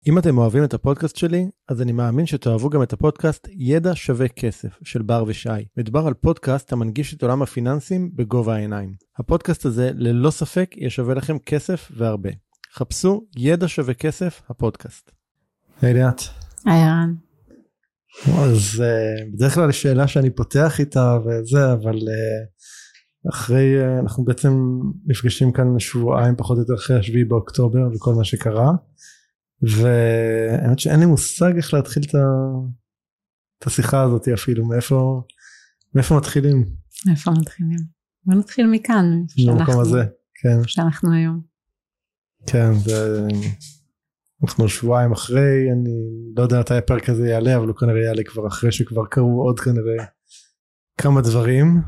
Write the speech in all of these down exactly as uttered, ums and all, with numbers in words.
אם אתם אוהבים את הפודקאסט שלי, אז אני מאמין שתאהבו גם את הפודקאסט ידע שווה כסף של בר ושי. מדובר על פודקאסט המנגיש את עולם הפיננסים בגובה העיניים. הפודקאסט הזה ללא ספק ישווה לכם כסף והרבה. חפשו ידע שווה כסף הפודקאסט. היי ליאת. היי רן. אז בדרך כלל שאלה שאני פותח איתה וזה, אבל אחרי, אנחנו בעצם נפגשים כאן שבועיים פחות או יותר אחרי השביעי באוקטובר וכל מה שקרה. והאמת שאין לי מושג איך להתחיל את השיחה הזאת אפילו, מאיפה, מאיפה מתחילים? מאיפה מתחילים? בוא נתחיל מכאן, במקום הזה, כן. שאנחנו היום. כן, זה, אנחנו שבועיים אחרי, אני לא יודע מתי הפרק הזה יעלה, אבל הוא כנראה יעלה כבר אחרי שכבר קרו עוד כנראה כמה דברים.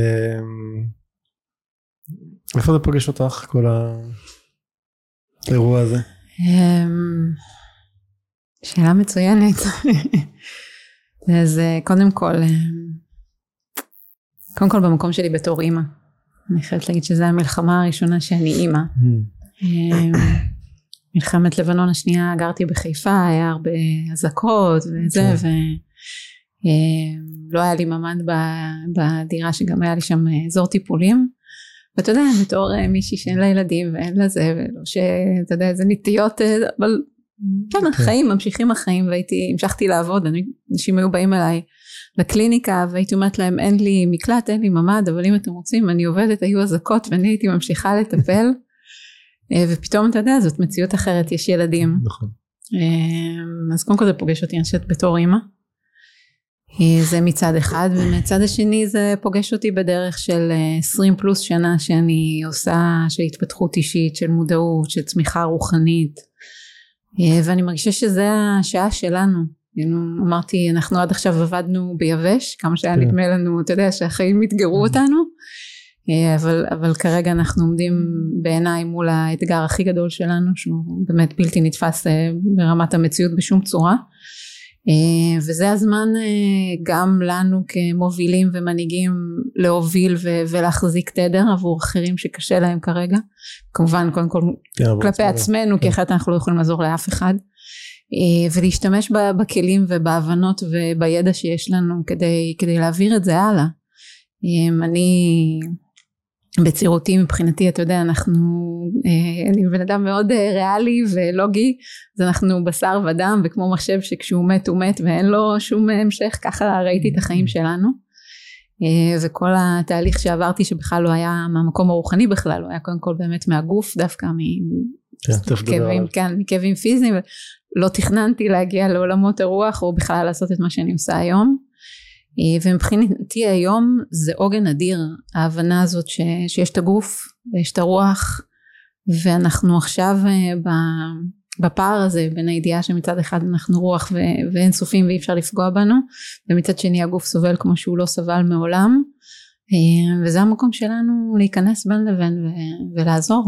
איפה זה פוגש אותך, כל האירוע הזה? שאלה מצוינת. אז קודם כל קודם כל במקום שלי בתור אימא, אני חייבת להגיד שזו המלחמה הראשונה שאני אימא. מלחמת לבנון השנייה, גרתי בחיפה, היה הרבה אזעקות וזה, ולא היה לי ממ"ד בדירה, שגם היה לי שם אזור טיפולים. ואתה יודע, בתור מישהי שאין לה ילדים ואין לה זה, ולא שאתה יודע, זה נטיות, אבל כן, החיים, ממשיכים החיים, והייתי, המשכתי לעבוד, אנשים היו באים אליי לקליניקה, והייתי אומרת להם, אין לי מקלט, אין לי ממ"ד, אבל אם אתם רוצים, אני עובדת, היו אזעקות, ואני הייתי ממשיכה לטפל, ופתאום אתה יודע, זאת מציאות אחרת, יש ילדים. נכון. אז קודם כל זה פוגש אותי, אני חושבת בתור אימא, זה מצד אחד, ומצד השני זה פוגש אותי בדרך של עשרים פלוס שנה שאני עושה, של התפתחות אישית, של מודעות, של צמיחה רוחנית, ואני מרגישה שזה השעה שלנו. אמרתי, אנחנו עד עכשיו עבדנו ביבש, כמה שהיה נדמה לנו, אתה יודע, שהחיים התגרו אותנו, אבל, אבל כרגע אנחנו עומדים בעיניי מול האתגר הכי גדול שלנו, שהוא באמת בלתי נתפס ברמת המציאות בשום צורה, וזה הזמן גם לנו כמובילים ומנהיגים להוביל ולהחזיק תדר עבור אחרים שקשה להם כרגע, כמובן קודם כל כלפי עצמנו, כי אחרת אנחנו לא יכולים לעזור לאף אחד, ולהשתמש בכלים ובהבנות ובידע שיש לנו כדי, כדי להעביר את זה הלאה. אני בצעירותי מבחינתי, אתה יודע, אנחנו, אני בן אדם מאוד ריאלי ולוגי, אז אנחנו בשר ודם, וכמו מחשב שכשהוא מת הוא מת ואין לו שום המשך, ככה ראיתי את החיים שלנו, וכל התהליך שעברתי שבכלל לא היה מהמקום הרוחני בכלל, הוא היה קודם כל באמת מהגוף, דווקא מכאבים, כן, מכאבים פיזיים, ולא תכננתי להגיע לעולמות הרוח, או בכלל לעשות את מה שאני עושה היום, ומבחינתי היום זה עוגן אדיר, ההבנה הזאת ש, שיש את הגוף ויש את הרוח, ואנחנו עכשיו בפער הזה בין הידיעה שמצד אחד אנחנו רוח ו- ואין סופים ואי אפשר לפגוע בנו, ומצד שני הגוף סובל כמו שהוא לא סבל מעולם, וזה המקום שלנו להיכנס בין לבין ו- ולעזור.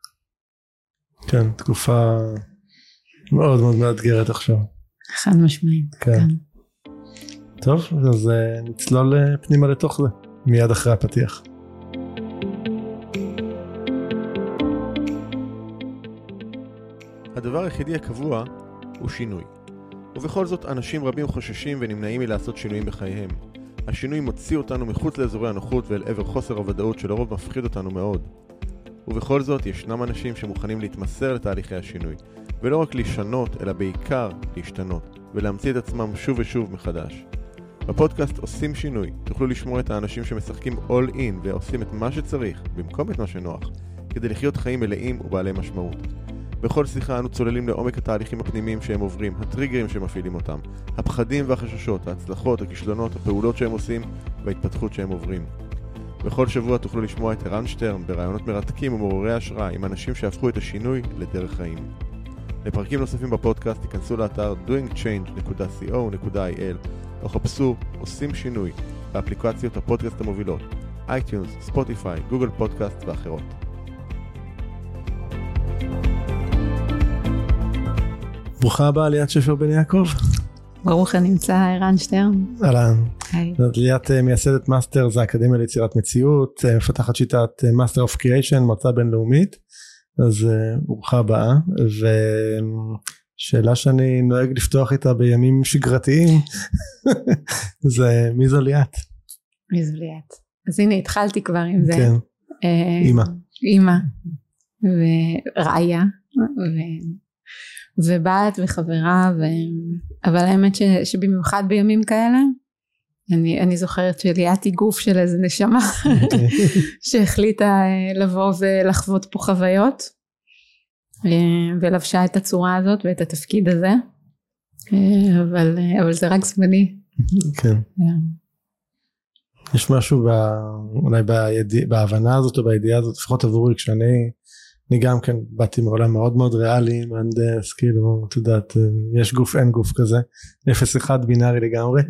כן, תקופה מאוד מאוד מאתגרת עכשיו. חד משמעית. כן. כן. טוב, אז נצלול פנימה לתוך זה, מיד אחרי הפתיח. הדבר היחידי הקבוע הוא שינוי. ובכל זאת אנשים רבים חוששים ונמנעים מלעשות שינויים בחייהם. השינוי מוציא אותנו מחוץ לאזורי הנוחות ואל עבר חוסר הוודאות שלרוב מפחיד אותנו מאוד. ובכל זאת ישנם אנשים שמוכנים להתמסר לתהליכי השינוי, ולא רק לשנות אלא בעיקר להשתנות, ולהמציא את עצמם שוב ושוב מחדש. בפודקאסט עושים שינוי, תוכלו לשמוע את האנשים שמשחקים all in ועושים את מה שצריך, במקום את מה שנוח, כדי לחיות חיים מלאים ובעלי משמעות. בכל שיחה אנו צוללים לעומק התהליכים הפנימיים שהם עוברים, הטריגרים שמפעילים אותם, הפחדים והחששות, ההצלחות, הכישלונות, הפעולות שהם עושים וההתפתחות שהם עוברים. בכל שבוע תוכלו לשמוע את ערן שטרן ברעיונות מרתקים ומעוררי השראה עם אנשים שהפכו את השינוי לדרך חיים. לפרקים נוספים בפודקאסט תיכנסו לאתר doing change dot co dot il או חפשו עושים שינוי באפליקציות הפודקאסט המובילות, אייטיונס, ספוטיפיי, גוגל פודקאסט ואחרות. ברוכה הבאה ליאת שפר בן יעקב. ברוך הנמצא, ערן שטרן. אהלן. ליאת מייסדת מאסטר, זה האקדמיה ליצירת מציאות, מפתחת שיטת מאסטר אוף קריאיישן, מרצה בינלאומית, אז ברוכה הבאה. שאלה שאני נוהג לפתוח איתה בימים שגרתיים, זה מי זו ליאת? מי זו ליאת? אז הנה התחלתי כבר עם זה. כן, אימא. אימא, ורעיה, ובת וחברה, אבל האמת שבמיוחד בימים כאלה, אני, אני זוכרת שליאת היא גוף של איזה נשמה שהחליטה לבוא ולחוות פה חוויות ולבשה את הצורה הזאת ואת התפקיד הזה, אבל, אבל זה רק זמני. כן. יש משהו בא, אולי בידיע, בהבנה הזאת או בידיעה הזאת, לפחות עבורי, כשאני אני גם כן באתי מעולם מאוד מאוד ריאלי, מהנדס, כאילו, את יודעת, יש גוף אין גוף כזה, אפס אחד בינארי לגמרי,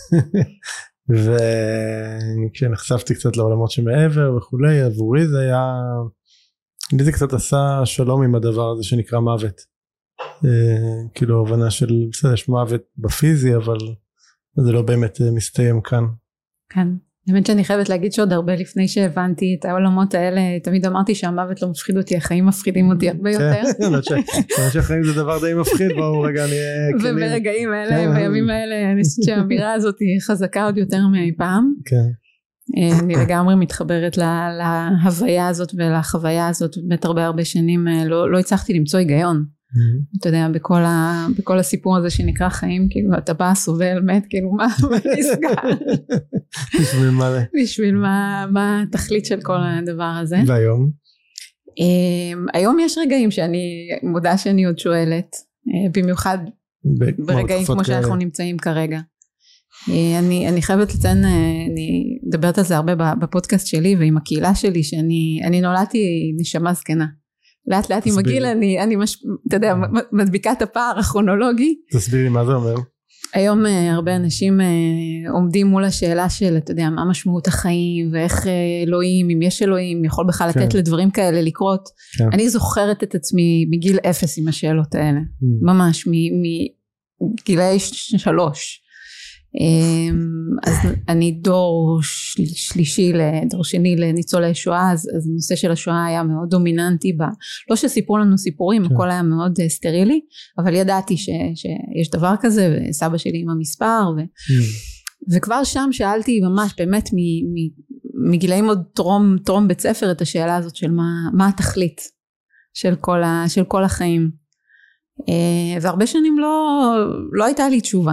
וכשנחשפתי קצת לעולמות שמעבר וכולי, עבורי זה היה, לי זה קצת עשה שלום עם הדבר הזה שנקרא מוות, כאילו הבנה של, בסדר, יש מוות בפיזי, אבל זה לא באמת מסתיים כאן. כן. האמת שאני חייבת להגיד שעוד הרבה לפני שהבנתי את העולמות האלה, תמיד אמרתי שהמוות לא מפחיד אותי, החיים מפחידים אותי הרבה יותר. כן, שהחיים זה דבר די מפחיד, בואו רגע נהיה כנים. וברגעים האלה, בימים האלה, אני חושבת שהאמירה הזאת היא חזקה עוד יותר מאי פעם. כן. אני לגמרי מתחברת להוויה הזאת ולחוויה הזאת, באמת הרבה הרבה שנים לא הצלחתי למצוא היגיון. אתה יודע, בכל, ה, בכל הסיפור הזה שנקרא חיים, כאילו אתה בא סובל מת, כאילו מה נסגר בשביל מה זה? בשביל מה, מה התכלית של כל הדבר הזה. והיום? היום יש רגעים שאני מודה שאני עוד שואלת, במיוחד ברגעים כמו שאנחנו נמצאים כרגע. אני, אני חייבת לציין, אני מדברת על זה הרבה בפודקאסט שלי ועם הקהילה שלי, שאני אני נולדתי נשמה זקנה. לאט לאט עם הגיל אני, אני מש, אתה יודע, מדביקה את הפער הכרונולוגי. תסבירי מה זה אומר. היום הרבה אנשים עומדים מול השאלה של, אתה יודע, מה משמעות החיים, ואיך אלוהים, אם יש אלוהים, יכול בכלל לתת לדברים כאלה לקרות. אני זוכרת את עצמי מגיל אפס עם השאלות האלה, ממש, מגילי שלוש. אז אני דור שלישי לדור שני לניצולי שואה, אז הנושא של השואה היה מאוד דומיננטי בה, לא שסיפרו לנו סיפורים, הכל היה מאוד סטרילי, אבל ידעתי שיש דבר כזה, וסבא שלי עם המספר, וכבר שם שאלתי ממש באמת מגילאים עוד טרום בית ספר את השאלה הזאת של מה התכלית של כל החיים, והרבה שנים לא הייתה לי תשובה.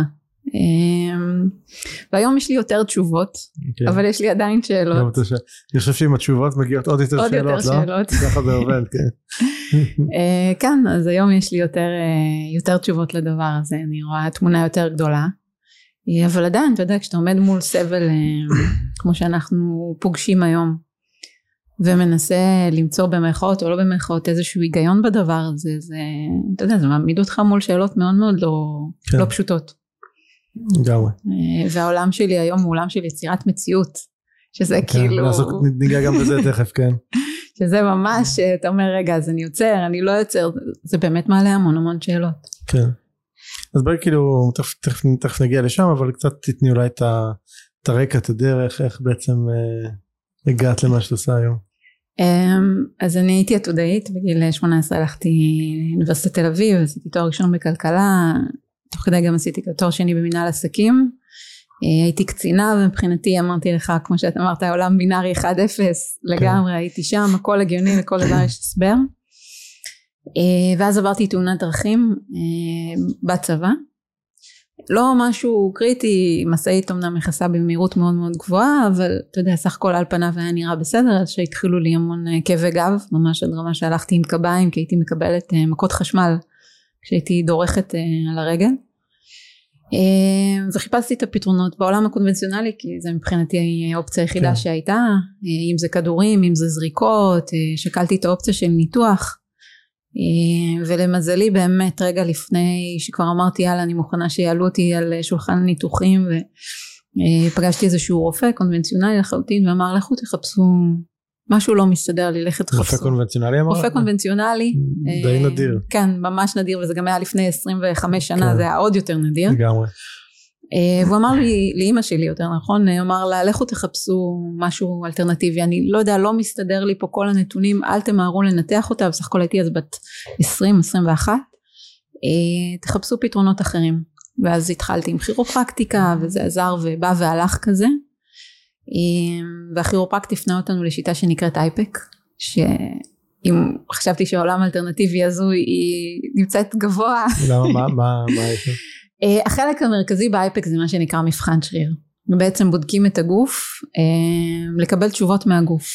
והיום יש לי יותר תשובות, אבל יש לי עדיין שאלות. אני חושב שעם התשובות מגיעות עוד יותר שאלות, לא? ככה זה עובד, כן. כן, אז היום יש לי יותר תשובות לדבר הזה, אני רואה תמונה יותר גדולה, אבל עדיין, אתה יודע, כשאתה עומד מול סבל, כמו שאנחנו פוגשים היום, ומנסה למצוא במרכאות או לא במרכאות איזשהו היגיון בדבר הזה, אתה יודע, זה מעמיד אותך מול שאלות מאוד מאוד לא פשוטות. גמרי. והעולם שלי היום הוא עולם של יצירת מציאות, שזה כאילו ניגע גם בזה תכף, כן, שזה ממש אתה אומר רגע אז אני יוצר אני לא יוצר, זה באמת מעלה המון המון שאלות. כן, אז בואי כאילו תכף נגיע לשם, אבל קצת תתני אולי את הרקע, את הדרך, איך בעצם הגעת למה שאת עושה היום. אז אני הייתי עתודאית, בגיל שמונה עשרה הלכתי לאוניברסיטת תל אביב, עשיתי תואר ראשון בכלכלה, תוך כדי גם עשיתי תואר שני במנהל עסקים, הייתי קצינה, ומבחינתי אמרתי לך, כמו שאת אמרת, העולם בינארי אחד אפס, לגמרי הייתי שם, הכל הגיוני, לכל דבר יש הסבר, ואז עברתי תאונת דרכים בצבא, לא משהו קריטי, מסעית אמנם נכנסה במהירות מאוד מאוד גבוהה, אבל אתה יודע, סך הכל על פניו היה נראה בסדר, אז שהתחילו לי המון כאבי גב, ממש עד רמה שהלכתי עם קביים, כי הייתי מקבלת מכות חשמל, כשהייתי דורכת על הרגל, וחיפשתי את הפתרונות בעולם הקונבנציונלי, כי זה מבחינתי האופציה היחידה כן. שהייתה, אם זה כדורים, אם זה זריקות, שקלתי את האופציה של ניתוח, ולמזלי באמת רגע לפני שכבר אמרתי יאללה אני מוכנה שיעלו אותי על שולחן הניתוחים, ופגשתי איזשהו רופא קונבנציונלי לחלוטין, ואמר לכו תחפשו, משהו לא מסתדר לי, לכת תחפשו. רופא קונבנציונלי אמר? רופא קונבנציונלי. די נדיר. כן, ממש נדיר, וזה גם היה לפני עשרים וחמש שנה, זה היה עוד יותר נדיר. לגמרי. והוא אמר לי, לאמא שלי יותר נכון, אמר לה, לכו תחפשו משהו אלטרנטיבי, אני לא יודע, לא מסתדר לי פה כל הנתונים, אל תמהרו לנתח אותה, בסך הכל הייתי אז בת עשרים עשרים ואחת, תחפשו פתרונות אחרים. ואז התחלתי עם כירופרקטיקה, וזה עזר ובא והלך כזה. והכירופרקט הפנה אותנו לשיטה שנקראת אייפק, שאם חשבתי שהעולם האלטרנטיבי הזו היא נמצאת גבוה. למה, מה, מה, מה יש? החלק המרכזי באייפק זה מה שנקרא מבחן שריר. בעצם בודקים את הגוף, לקבל תשובות מהגוף.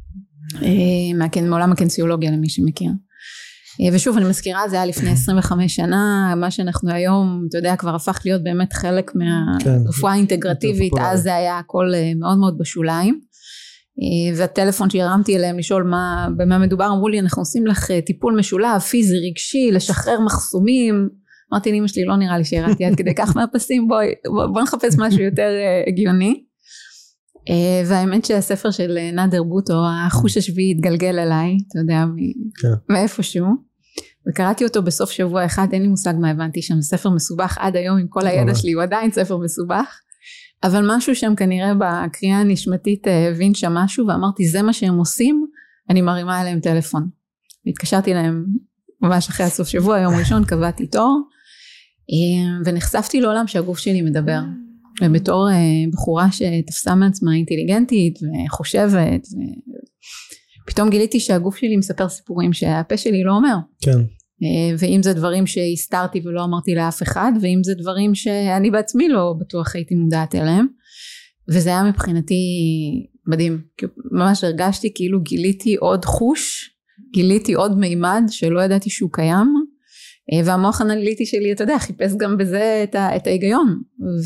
מעולם הקנסיולוגיה למי שמכיר. ושוב אני מזכירה, זה היה לפני עשרים וחמש שנה, מה שאנחנו היום, אתה יודע, כבר הפך להיות באמת חלק מהרפואה האינטגרטיבית, אז זה היה הכל מאוד מאוד בשוליים, והטלפון שהרמתי אליהם לשאול מה, במה מדובר, אמרו לי, אנחנו עושים לך טיפול משולב, פיזי, רגשי, לשחרר מחסומים, אמרתי לאמא שלי, לא נראה לי שהראיתי עד כדי כך מהפסים, בואי, בוא נחפש משהו יותר הגיוני, והאמת שהספר של נאדר בוטו, החוש השביעי התגלגל אליי, אתה יודע, מאיפשהו, וקראתי אותו בסוף שבוע אחד, אין לי מושג מה הבנתי שם, ספר מסובך עד היום עם כל הידע שלי, הוא עדיין ספר מסובך, אבל משהו שם כנראה בקריאה הנשמתית הבין שם משהו, ואמרתי זה מה שהם עושים, אני מרימה אליהם טלפון, והתקשרתי להם ממש אחרי הסוף שבוע, יום ראשון קבעתי תור, ונחשפתי לעולם שהגוף שלי מדבר, ובתור בחורה שתפסה מעצמה אינטליגנטית וחושבת, פתאום גיליתי שהגוף שלי מספר סיפורים שהפה שלי לא אומר. כן. ואם זה דברים שהסתרתי ולא אמרתי לאף אחד, ואם זה דברים שאני בעצמי לא בטוח הייתי מודעת אליהם, וזה היה מבחינתי מדהים. ממש הרגשתי כאילו גיליתי עוד חוש, גיליתי עוד מימד שלא ידעתי שהוא קיים, והמוח האנליטי שלי, אתה יודע, חיפש גם בזה את, ה, את ההיגיון, ו,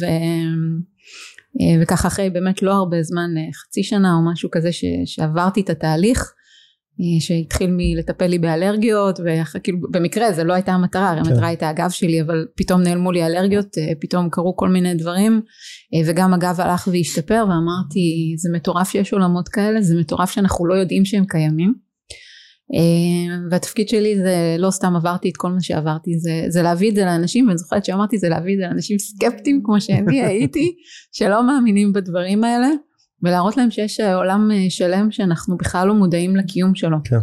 וככה אחרי באמת לא הרבה זמן, חצי שנה או משהו כזה ש, שעברתי את התהליך, שהתחיל מלטפל לי באלרגיות, וכאילו במקרה זה לא הייתה המטרה, הרי המטרה הייתה הגב שלי, אבל פתאום נעלמו לי אלרגיות, פתאום קרו כל מיני דברים, וגם הגב הלך והשתפר, ואמרתי, זה מטורף שיש עולמות כאלה, זה מטורף שאנחנו לא יודעים שהם קיימים, והתפקיד שלי זה לא סתם עברתי את כל מה שעברתי, זה, זה להביא את זה לאנשים, ואני זוכרת שאמרתי זה להביא את זה לאנשים סקפטיים כמו שאני הייתי, שלא מאמינים בדברים האלה, ולהראות להם שיש עולם שלם שאנחנו בכלל לא מודעים לקיום שלו. כן.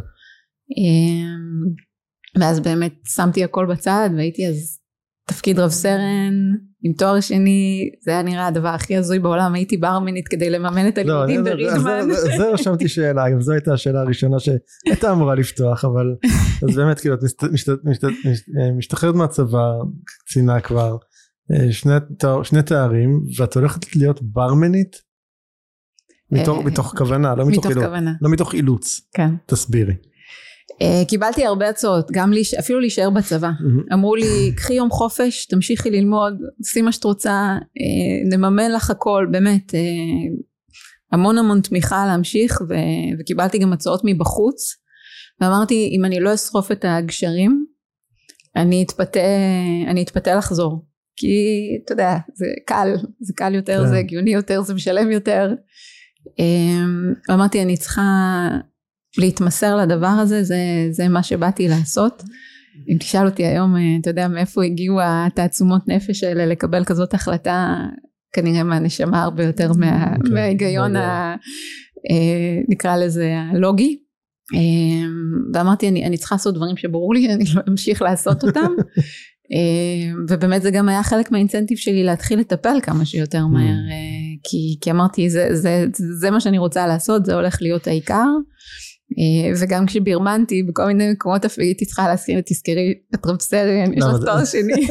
ואז באמת שמתי הכל בצד, והייתי אז תפקיד רב סרן, עם תואר שני, זה היה נראה הדבר הכי הזוי בעולם, הייתי ברמנית כדי לממן את הלימודים ברידמן. זה רשמתי שאלה, גם זו הייתה השאלה הראשונה שהייתה אמורה לפתוח, אבל אז באמת כאילו, את משתחררת מהצבא, קצינה כבר, שני תארים, ואת הולכת להיות ברמנית, מתוך כוונה, לא מתוך אילוץ. כן. תסבירי. Uh, קיבלתי הרבה הצעות, גם להיש... אפילו להישאר בצבא. Mm-hmm. אמרו לי, קחי יום חופש, תמשיכי ללמוד, עשי מה שאת רוצה, uh, נממן לך הכל, באמת, uh, המון המון תמיכה להמשיך, ו... וקיבלתי גם הצעות מבחוץ, ואמרתי, אם אני לא אשרוף את הגשרים, אני אתפתה, אני אתפתה לחזור, כי אתה יודע, זה קל, זה קל יותר, yeah. זה הגיוני יותר, זה משלם יותר. Uh, אמרתי, אני צריכה להתמסר לדבר הזה, זה, זה מה שבאתי לעשות. אם תשאל אותי היום, אתה יודע מאיפה הגיעו התעצומות נפש האלה לקבל כזאת החלטה, כנראה מהנשמה הרבה יותר מה, okay, מההיגיון ה, נקרא לזה הלוגי. ואמרתי, אני, אני צריכה לעשות דברים שברור לי, אני לא אמשיך לעשות אותם. ובאמת זה גם היה חלק מהאינסנטיב שלי להתחיל לטפל כמה שיותר מהר, כי, כי אמרתי, זה, זה, זה מה שאני רוצה לעשות, זה הולך להיות העיקר. וגם כשבירמנתי בכל מיני מקומות הייתי צריכה להזכיר, תזכרי את רב סרן, יש לך תואר שני.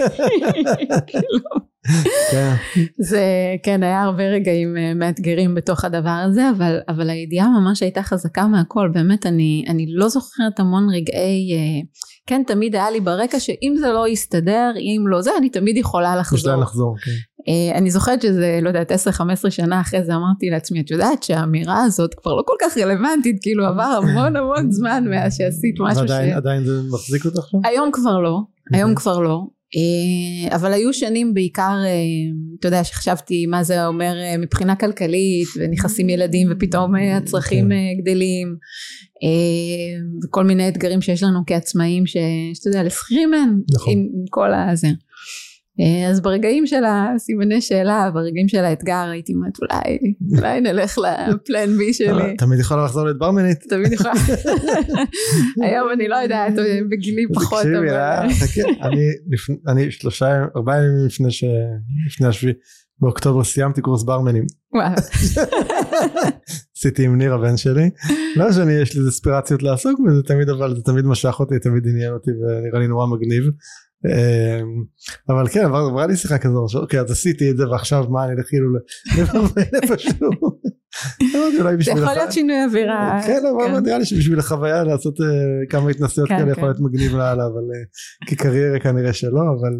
זה כן, היה הרבה רגעים מאתגרים בתוך הדבר הזה, אבל, אבל הידיעה ממש הייתה חזקה מהכל, באמת אני, אני לא זוכרת המון רגעי, כן תמיד היה לי ברקע שאם זה לא יסתדר, אם לא זה, אני תמיד יכולה לחזור. לחזור, כן. אני זוכרת שזה, לא יודעת, עשר חמש עשרה שנה אחרי זה אמרתי לעצמי, את יודעת שהאמירה הזאת כבר לא כל כך רלוונטית, כאילו עבר המון המון זמן מאז שעשית משהו ש... עדיין זה מחזיק אותך שם? היום כבר לא, היום כבר לא, אבל היו שנים בעיקר, אתה יודע, שחשבתי מה זה אומר מבחינה כלכלית, ונכנסים ילדים ופתאום הצרכים גדלים, וכל מיני אתגרים שיש לנו כעצמאים, שאתה יודע, לסחירים אין, עם כל הזה. אז ברגעים של הסימני שאלה, ברגעים של האתגר, הייתי אומרת, אולי, אולי נלך לפלן בי שלי. תמיד יכולה לחזור להיות ברמנית. תמיד יכולה. היום אני לא יודעת, בגילי פחות. תקשיבי, אני שלושה, ארבעה ימים לפני השביעי, באוקטובר סיימתי קורס ברמנים. וואו. עשיתי עם ניר הבן שלי. לא שאני, יש לי איזה ספירציות לעסוק בזה תמיד, אבל זה תמיד משך אותי, תמיד עניין אותי, ונראה לי נורא מגניב. אבל כן, עברה לי שיחה כזו, אוקיי, אז עשיתי את זה, ועכשיו מה, אני כאילו לברד פשוט. זה יכול להיות שינוי אווירה. כן, אבל נראה לי שבשביל החוויה לעשות כמה התנסויות כאלה יכול להיות מגניב לעלה, אבל כקריירה כנראה שלא,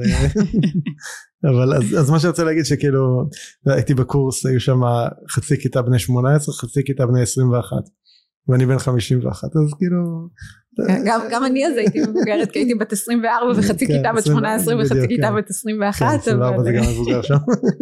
אבל אז מה שאני רוצה להגיד שכאילו הייתי בקורס, היו שם חצי כיתה בני שמונה עשרה, חצי כיתה בני עשרים ואחת, ואני בן חמישים ואחת, אז כאילו גם אני אז הייתי מבוגרת, כי הייתי בת עשרים וארבע וחצי כיתה בת שמונה עשרה וחצי כיתה בת עשרים ואחת. עשרים וארבע זה גם מבוגר שם.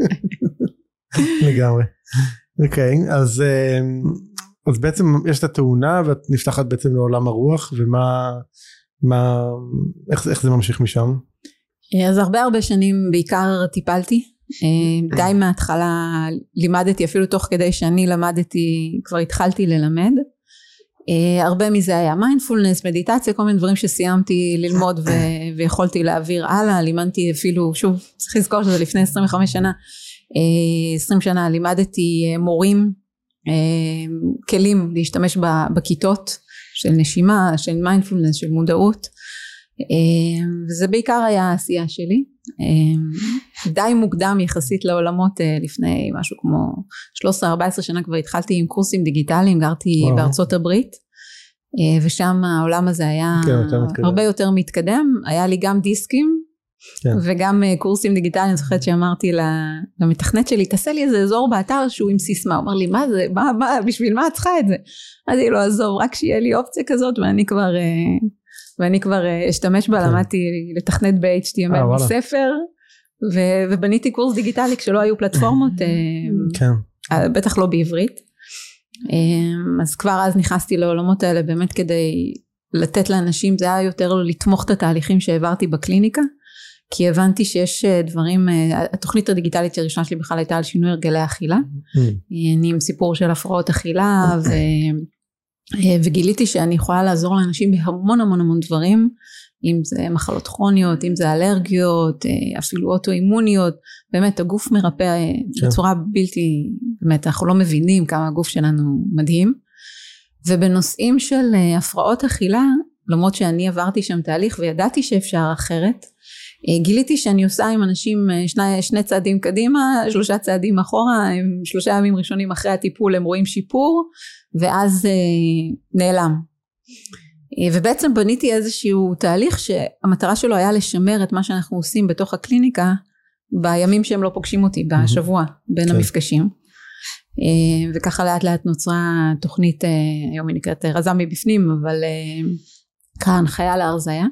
לגמרי. אוקיי, אז אז בעצם יש את התאונה ואת נפתחת בעצם לעולם הרוח, ומה מה איך זה ממשיך משם? אז הרבה הרבה שנים בעיקר טיפלתי, די מההתחלה לימדתי, אפילו תוך כדי שאני למדתי כבר התחלתי ללמד. Uh, הרבה מזה היה מיינדפולנס, מדיטציה, כל מיני דברים שסיימתי ללמוד ו- ויכולתי להעביר הלאה. לימדתי אפילו, שוב צריך לזכור שזה לפני עשרים וחמש שנה, uh, עשרים שנה לימדתי uh, מורים uh, כלים להשתמש ב- בכיתות של נשימה, של מיינדפולנס, של מודעות, uh, וזה בעיקר היה העשייה שלי. uh, די מוקדם יחסית לעולמות, uh, לפני משהו כמו שלוש עשרה ארבע עשרה שנה כבר התחלתי עם קורסים דיגיטליים, גרתי וואו. בארצות הברית, uh, ושם העולם הזה היה כן, יותר הרבה יותר מתקדם. היה לי גם דיסקים כן. וגם uh, קורסים דיגיטליים. אני זוכרת שאמרתי למתכנת שלי, תעשה לי איזה אזור באתר שהוא עם סיסמה. הוא אמר לי, מה זה, מה, מה, בשביל מה את צריכה את זה? אז היא לא עזוב, רק שיהיה לי אופציה כזאת, ואני כבר uh, ואני כבר uh, אשתמש בה. כן. למדתי לתכנת ב-אייץ' טי אם אל מספר, ו- ובניתי קורס דיגיטלי כשלא היו פלטפורמות, כן. בטח לא בעברית. אז כבר אז נכנסתי לעולמות האלה באמת כדי לתת לאנשים, זה היה יותר לתמוך את התהליכים שהעברתי בקליניקה, כי הבנתי שיש דברים, התוכנית הדיגיטלית הראשונה שלי בכלל הייתה על שינוי הרגלי אכילה, אני עם סיפור של הפרעות אכילה, ו... וגיליתי שאני יכולה לעזור לאנשים בהמון המון המון דברים, אם זה מחלות כרוניות, אם זה אלרגיות, אפילו אוטואימוניות. באמת הגוף מרפא כן. בצורה בלתי, באמת אנחנו לא מבינים כמה הגוף שלנו מדהים. ובנושאים של הפרעות אכילה, למרות שאני עברתי שם תהליך וידעתי שאפשר אחרת, גיליתי שאני עושה עם אנשים שני, שני צעדים קדימה, שלושה צעדים אחורה, הם שלושה ימים ראשונים אחרי הטיפול הם רואים שיפור, ואז נעלם. ובעצם בניתי איזשהו תהליך שהמטרה שלו היה לשמר את מה שאנחנו עושים בתוך הקליניקה בימים שהם לא פוגשים אותי, בשבוע בין כן. המפגשים. וככה לאט לאט נוצרה תוכנית, היום היא נקראת רזה מבפנים, אבל כאן חיה להרזיה.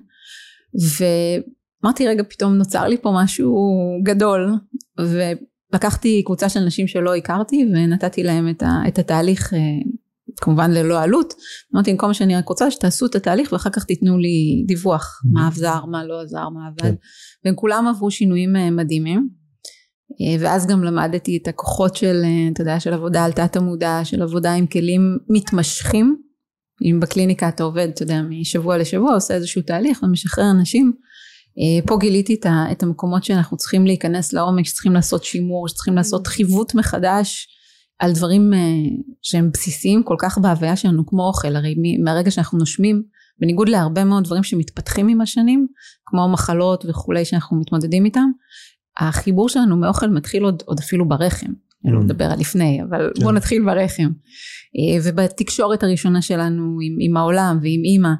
ואמרתי רגע, פתאום נוצר לי פה משהו גדול, ולקחתי קבוצה של נשים שלא הכרתי ונתתי להם את, ה, את התהליך, כמובן ללא עלות. אמרתי, במקום שאני רק רוצה שתעשו את התהליך ואחר כך תיתנו לי דיווח, מה עזר, מה לא עזר, מה עבד. והם כולם עברו שינויים מדהימים, ואז גם למדתי את הכוחות של, אתה יודע, של עבודה על תת המודע, של עבודה עם כלים מתמשכים. אם בקליניקה אתה עובד, אתה יודע, משבוע לשבוע, עושה איזשהו תהליך ומשחרר אנשים. פה גיליתי את המקומות שאנחנו צריכים להיכנס לעומק, שצריכים לעשות שימור, שצריכים לעשות חיווט מחדש, על דברים שהם בסיסיים כל כך בהוויה שלנו, כמו אוכל. הרי מהרגע שאנחנו נושמים, בניגוד להרבה מאוד דברים שמתפתחים עם השנים, כמו מחלות וכולי שאנחנו מתמודדים איתם, החיבור שלנו מאוכל מתחיל עוד, עוד אפילו ברחם. אני לא מדבר על לפני, אבל בואו נתחיל ברחם. ובתקשורת הראשונה שלנו עם, עם העולם ועם אמא,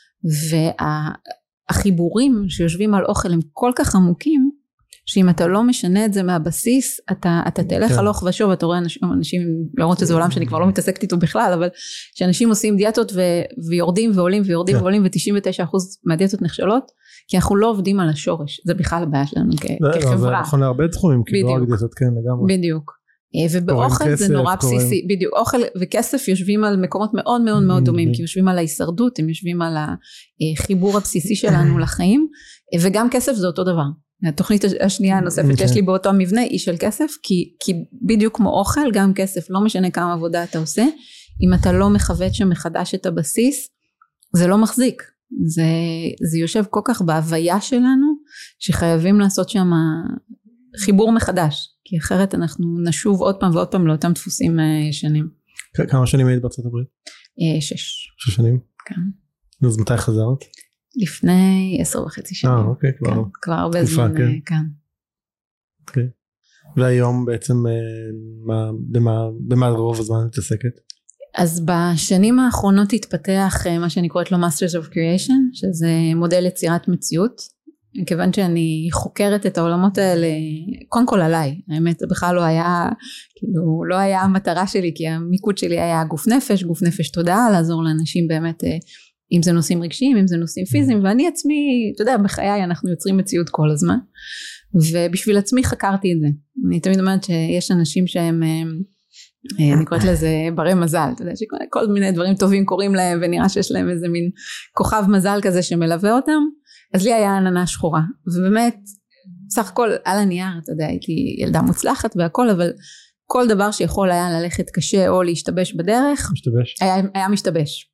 והחיבורים שיושבים על אוכל הם כל כך עמוקים, שאם אתה לא משנה את זה מהבסיס, אתה, אתה תלך הלוך ושוב, אתה רואה אנשים, אנשים, למרות שזה עולם שאני כבר לא מתעסקת איתו בכלל, אבל שאנשים עושים דיאטות ו, ויורדים ועולים ויורדים ועולים, ו-תשעים ותשעה אחוז מהדיאטות נכשלות, כי אנחנו לא עובדים על השורש, זה בכלל הבעיה שלנו כחברה. זה נכון להרבה תחומים, כי לא רק דיאטות, כן, לגמרי. בדיוק. ובאוכל זה נורא בסיסי, בדיוק, אוכל וכסף יושבים על מקומות מאוד מאוד מאוד דומים, כי יושבים על ההישרדות, הם יושבים על החיבור הבסיסי שלנו לחיים, וגם כסף זה אותו דבר. התוכנית השנייה הנוספת שיש לי באותו מבנה היא של כסף, כי, כי בדיוק כמו אוכל, גם כסף, לא משנה כמה עבודה אתה עושה, אם אתה לא מכוות שמחדש את הבסיס, זה לא מחזיק. זה, זה יושב כל כך בהוויה שלנו, שחייבים לעשות שם חיבור מחדש, כי אחרת אנחנו נשוב עוד פעם ועוד פעם לאותם דפוסים ישנים. כמה שנים היית בארצות הברית? שש. שש שנים? כן. אז מתי חזרת? לפני עשר וחצי שנים. אה, אוקיי, כבר. כן, כבר הרבה זמן, כן. כן. אוקיי. והיום בעצם, מה, במה, במה רוב הזמן מתעסקת? אז בשנים האחרונות התפתח מה שאני קוראת לו Masters of Creation, שזה מודל יצירת מציאות. כיוון שאני חוקרת את העולמות האלה, קודם כל עליי, האמת זה בכלל לא היה, כאילו לא היה המטרה שלי, כי המיקוד שלי היה גוף נפש, גוף נפש תודעה, לעזור לאנשים באמת, אם זה נושאים רגשיים, אם זה נושאים פיזיים, ואני עצמי, אתה יודע, בחיי אנחנו יוצרים מציאות כל הזמן, ובשביל עצמי חקרתי את זה. אני תמיד אומרת שיש אנשים שהם, אני קוראת לזה ברי מזל, אתה יודע, שכל מיני דברים טובים קורים להם, ונראה שיש להם איזה מין כוכב מזל כזה שמלווה אותם, אז לי היה עננה שחורה, ובאמת, סך הכל על הנייר, אתה יודע, הייתי ילדה מוצלחת והכל, אבל כל דבר שיכול היה ללכת קשה או להשתבש בדרך, משתבש. היה, היה משתבש.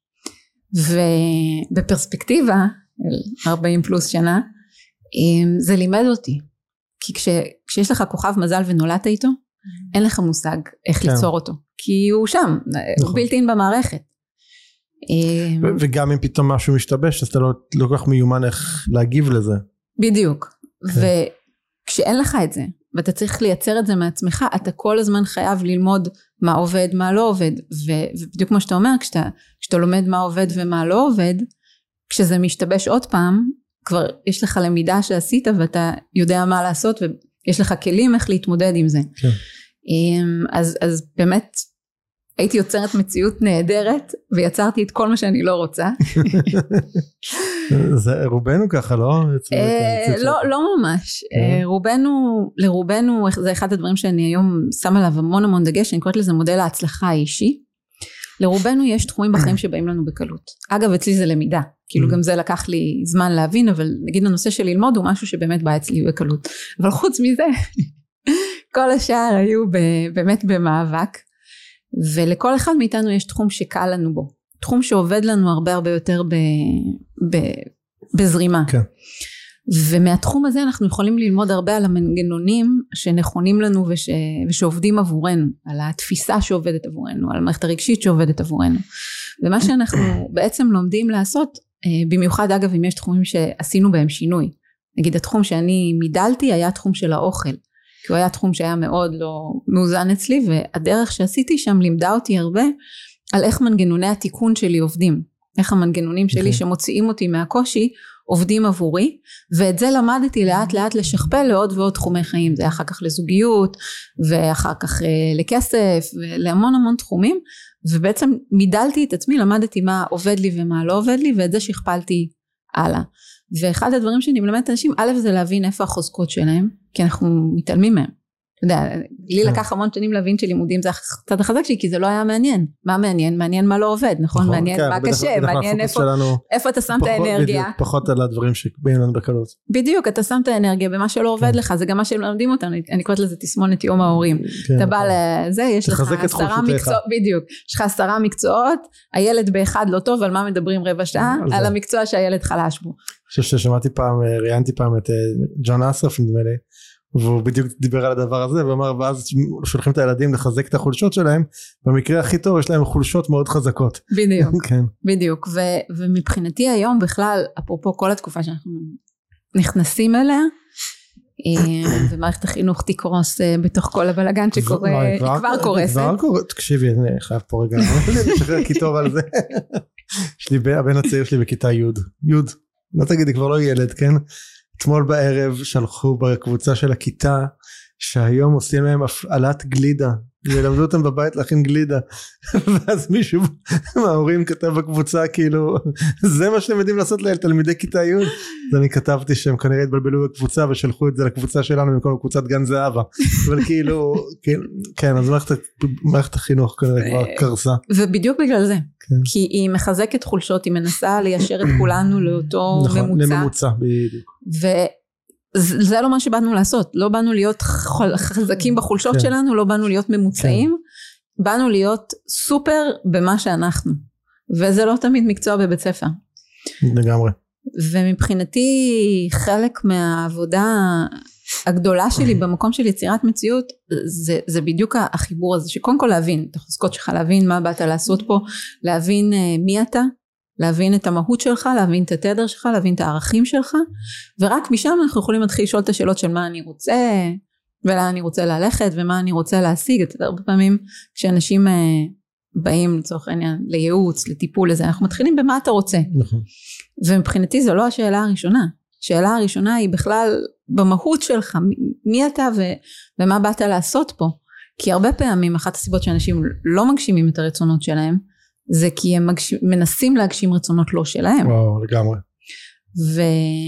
ובפרספקטיבה, ארבעים פלוס שנה, זה לימד אותי, כי כש, כשיש לך כוכב מזל ונולדת איתו, אין לך מושג איך כן. ליצור אותו, כי הוא שם, נכון. הוא בלתי אין במערכת. וגם אם פתאום משהו משתבש, אז אתה לא, לא כל כך מיומן איך להגיב לזה. בדיוק. וכשאין לך את זה, ואתה צריך לייצר את זה מעצמך, אתה כל הזמן חייב ללמוד מה עובד, מה לא עובד. ובדיוק כמו שאתה אומר, כשאתה, כשאתה לומד מה עובד ומה לא עובד, כשזה משתבש עוד פעם, כבר יש לך למידה שעשית, ואתה יודע מה לעשות, ויש לך כלים איך להתמודד עם זה. כן. אז, אז באמת, הייתי יוצרת מציאות נהדרת, ויצרתי את כל מה שאני לא רוצה. זה רובנו ככה, לא? לא, לא ממש. רובנו, לרובנו, זה אחד הדברים שאני היום שם עליו המון המון דגש, אני קוראת לזה מודל ההצלחה האישי. לרובנו יש תחומים בחיים שבאים לנו בקלות. אגב, אצלי זה למידה. כאילו גם זה לקח לי זמן להבין, אבל נגיד הנושא של ללמוד הוא משהו שבאמת בא אצלי בקלות. אבל חוץ מזה, כל השאר היו באמת במאבק. ולכל אחד מאיתנו יש תחום שקל לנו בו, תחום שעובד לנו הרבה הרבה יותר ב, ב, בזרימה. כן. ומהתחום הזה אנחנו יכולים ללמוד הרבה על המנגנונים שנכונים לנו וש, ושעובדים עבורנו, על התפיסה שעובדת עבורנו, על המערכת הרגשית שעובדת עבורנו. ומה שאנחנו בעצם לומדים לעשות, במיוחד אגב אם יש תחומים שעשינו בהם שינוי, נגיד התחום שאני מידלתי היה תחום של האוכל, כי הוא היה תחום שהיה מאוד לא מאוזן אצלי, והדרך שעשיתי שם לימדה אותי הרבה על איך מנגנוני התיקון שלי עובדים, איך המנגנונים שלי okay. שמוציאים אותי מהקושי עובדים עבורי, ואת זה למדתי לאט לאט לשכפל לעוד ועוד תחומי חיים, זה אחר כך לזוגיות, ואחר כך לכסף, ולהמון המון תחומים, ובעצם מידלתי את עצמי, למדתי מה עובד לי ומה לא עובד לי, ואת זה שכפלתי הלאה. ואחד הדברים שאני מלמדת אנשים, א' זה להבין איפה החוזקות שלהם, כי אנחנו מתעלמים מהם. אתה יודע, לי לקח המון שנים להבין שלימודים זה הצד החזק שלי, כי זה לא היה מעניין. מה מעניין? מעניין מה לא עובד, נכון? מעניין מה קשה, מעניין איפה אתה שם את האנרגיה. פחות על הדברים שבאים לנו בקלות. בדיוק, אתה שם את האנרגיה במה שלא עובד לך, זה גם מה שהם לומדים אותנו, אני קוראת לזה תסמונת יום ההורים. אתה בא לזה, יש לך עשרה מקצועות, בדיוק, יש לך עשרה מקצועות, הילד באחד לא טוב, על מה מדברים רבע שעה? על המקצוע שהילד חלש בו. אני חושב ששמעתי פעם, ראיינתי פעם את ג'ון אסרף, נדמה לי, והוא בדיוק דיבר על הדבר הזה, ואמר, ואז שולחים את הילדים לחזק את החולשות שלהם, במקרה הכי טוב יש להם חולשות מאוד חזקות. בדיוק, כן. בדיוק, ו- ומבחינתי היום בכלל, אפרופו כל התקופה שאנחנו נכנסים אליה, ומערכת החינוך תקרוס בתוך כל הבלגן שקורה, היא כבר קורסת. כבר קורסת, תקשיבי, אני חייב פה רגע, אני משחרר כיתוב על זה. יש לי, הבן הצעיר שלי בכיתה י', י', לא תגידי, כבר לא ילד, כן? אתמול בערב שלחו בקבוצה של הכיתה שהיום עושים להם הפעלת גלידה, ולמדו אותם בבית להכין גלידה, ואז מישהו מההורים כתב בקבוצה כאילו זה מה שהם יודעים לעשות לתלמידי כיתה י', אז אני כתבתי שהם כנראה התבלבלו בקבוצה ושלחו את זה לקבוצה שלנו במקום קבוצת גן זהבה, אבל כאילו כן, אז מערכת החינוך כנראה כבר קרסה, ובדיוק בגלל זה, כי היא מחזקת חולשות, היא מנסה ליישר את כולנו לאותו ממוצע, לממוצע בדיוק, זה לא מה שבאנו לעשות, לא באנו להיות חזקים בחולשות כן. שלנו, לא באנו להיות ממוצעים, כן. באנו להיות סופר במה שאנחנו, וזה לא תמיד מקצוע בבית ספר. לגמרי. ומבחינתי חלק מהעבודה הגדולה שלי במקום של יצירת מציאות, זה, זה בדיוק החיבור הזה, שקודם כל להבין את החוזקות שלך, להבין מה באת לעשות פה, להבין מי אתה, להבין את המהות שלך, להבין את התדר שלך, להבין את הערכים שלך, ורק משם אנחנו יכולים להתחיל לשאול את השאלות של מה אני רוצה, ולאן אני רוצה ללכת, ומה אני רוצה להשיג. את הרבה פעמים כשאנשים באים לצורך העניין לייעוץ, לטיפול לזה, אנחנו מתחילים במה אתה רוצה. נכון. ומבחינתי זו לא השאלה הראשונה. השאלה הראשונה היא בכלל במהות שלך, מי אתה ו- ומה באת לעשות פה. כי הרבה פעמים אחת הסיבות שאנשים לא מגשימים את הרצונות שלהם, זה כי הם מגש... מנסים להגשים רצונות לא שלהם. וואו, לגמרי. ו...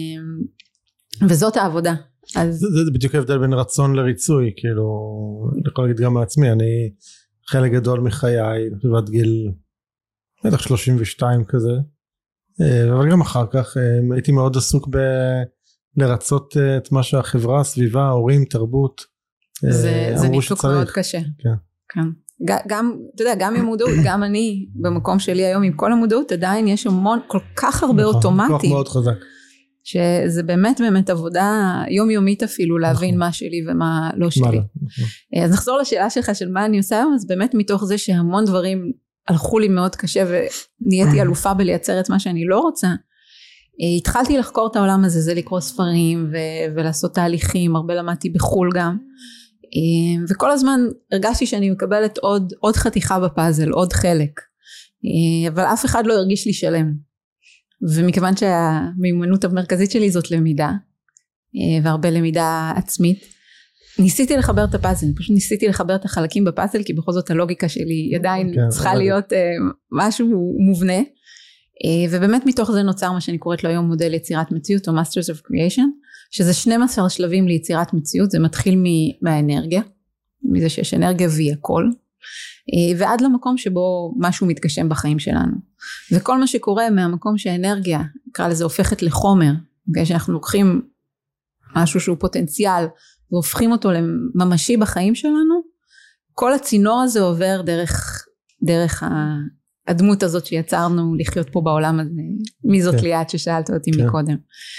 וזאת העבודה. אז... זה, זה בדיוק ההבדל בין רצון לריצוי, כאילו, אני יכול להגיד גם מעצמי, אני חלק גדול מחיי, בבת גיל, בטח שלושים ושתיים כזה, אבל גם אחר כך הייתי מאוד עסוק ב... לרצות את מה שהחברה, הסביבה, ההורים, תרבות, זה, זה ניתוק מאוד קשה. כן. כן. גם, אתה יודע, גם עם מודעות, גם אני במקום שלי היום עם כל המודעות, עדיין יש המון, כל כך הרבה אוטומטי. כוח מאוד חזק. שזה באמת באמת עבודה יומיומית אפילו, להבין מה שלי ומה לא שלי. אז נחזור לשאלה שלך של מה אני עושה היום, אז באמת מתוך זה שהמון דברים הלכו לי מאוד קשה, ונהייתי אלופה בלייצר את מה שאני לא רוצה, התחלתי לחקור את העולם הזה, זה לקרוא ספרים ולעשות תהליכים, הרבה למדתי בחול גם, וכל הזמן הרגשתי שאני מקבלת עוד, עוד חתיכה בפאזל, עוד חלק, אבל אף אחד לא הרגיש לי שלם. ומכיוון שהמיומנות המרכזית שלי זאת למידה, והרבה למידה עצמית, ניסיתי לחבר את הפאזל, פשוט ניסיתי לחבר את החלקים בפאזל, כי בכל זאת הלוגיקה שלי עדיין כן, צריכה להיות משהו מובנה, ובאמת מתוך זה נוצר מה שאני קוראת לו היום מודל יצירת מציאות, או Masters of Creation, שזה שנים עשר שלבים ליצירת מציאות, זה מתחיל מהאנרגיה, מזה שיש אנרגיה והיא הכל, ועד למקום שבו משהו מתגשם בחיים שלנו. וכל מה שקורה מהמקום שהאנרגיה, נקרא לזה, הופכת לחומר, כשאנחנו לוקחים משהו שהוא פוטנציאל, והופכים אותו לממשי בחיים שלנו, כל הצינור הזה עובר דרך, דרך הדמות הזאת שיצרנו לחיות פה בעולם הזה, מי זאת ליאת ששאלת אותי מקודם.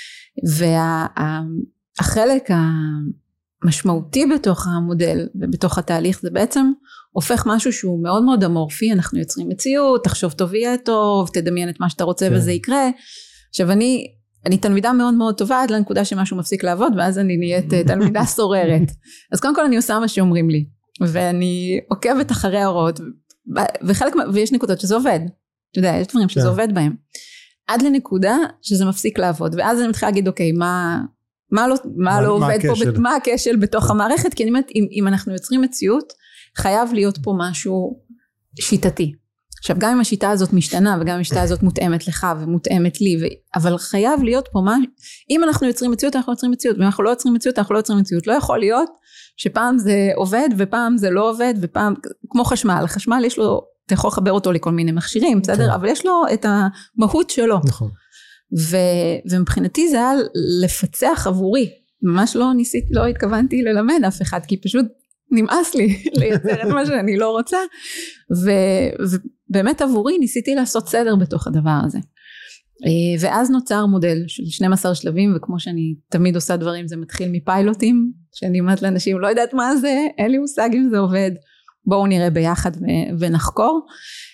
והחלק המשמעותי בתוך המודל ובתוך התהליך זה בעצם הופך משהו שהוא מאוד מאוד אמורפי, אנחנו יוצרים מציאות, תחשוב טוב יהיה טוב, תדמיין את מה שאתה רוצה וזה יקרה. עכשיו אני, אני תלמידה מאוד מאוד טובה עד לנקודה שמשהו מפסיק לעבוד, ואז אני נהיית תלמידה סוררת. אז קודם כל אני עושה מה שאומרים לי, ואני עוקבת אחרי ההוראות, וחלק, ויש נקודות שזה עובד. אתה יודע, יש דברים שזה עובד בהם. עד לנקודה שזה מפסיק לעבוד, ואז אני מתחילה להגיד, אוקיי, מה, מה לא, מה לא עובד פה, מה הכשל בתוך המערכת, כי אני אומרת, אם, אם אנחנו יוצרים מציאות, חייב להיות פה משהו שיטתי. עכשיו, גם אם השיטה הזאת משתנה, וגם אם השיטה הזאת מותאמת לך, ומותאמת לי, ו... אבל חייב להיות פה מה, אם אנחנו יוצרים מציאות, אנחנו יוצרים מציאות, ואם אנחנו לא יוצרים מציאות, אנחנו לא יוצרים מציאות. לא יכול להיות שפעם זה עובד, ופעם זה לא עובד, ופעם, כמו חשמל, החשמל יש לו, אתה יכול לחבר אותו לכל מיני מכשירים, בסדר? אבל יש לו את המהות שלו. נכון. ו... ומבחינתי זה היה לפצח עבורי. ממש לא ניסית, לא התכוונתי ללמד אף אחד, כי פשוט נמאס לי לייצר את מה שאני לא רוצה, ו- ובאמת עבורי ניסיתי לעשות סדר בתוך הדבר הזה, ואז נוצר מודל של שנים עשר שלבים, וכמו שאני תמיד עושה דברים, זה מתחיל מפיילוטים, שאני אומרת לאנשים, לא יודעת מה זה, אין לי מושג אם זה עובד, בואו נראה ביחד ו- ונחקור,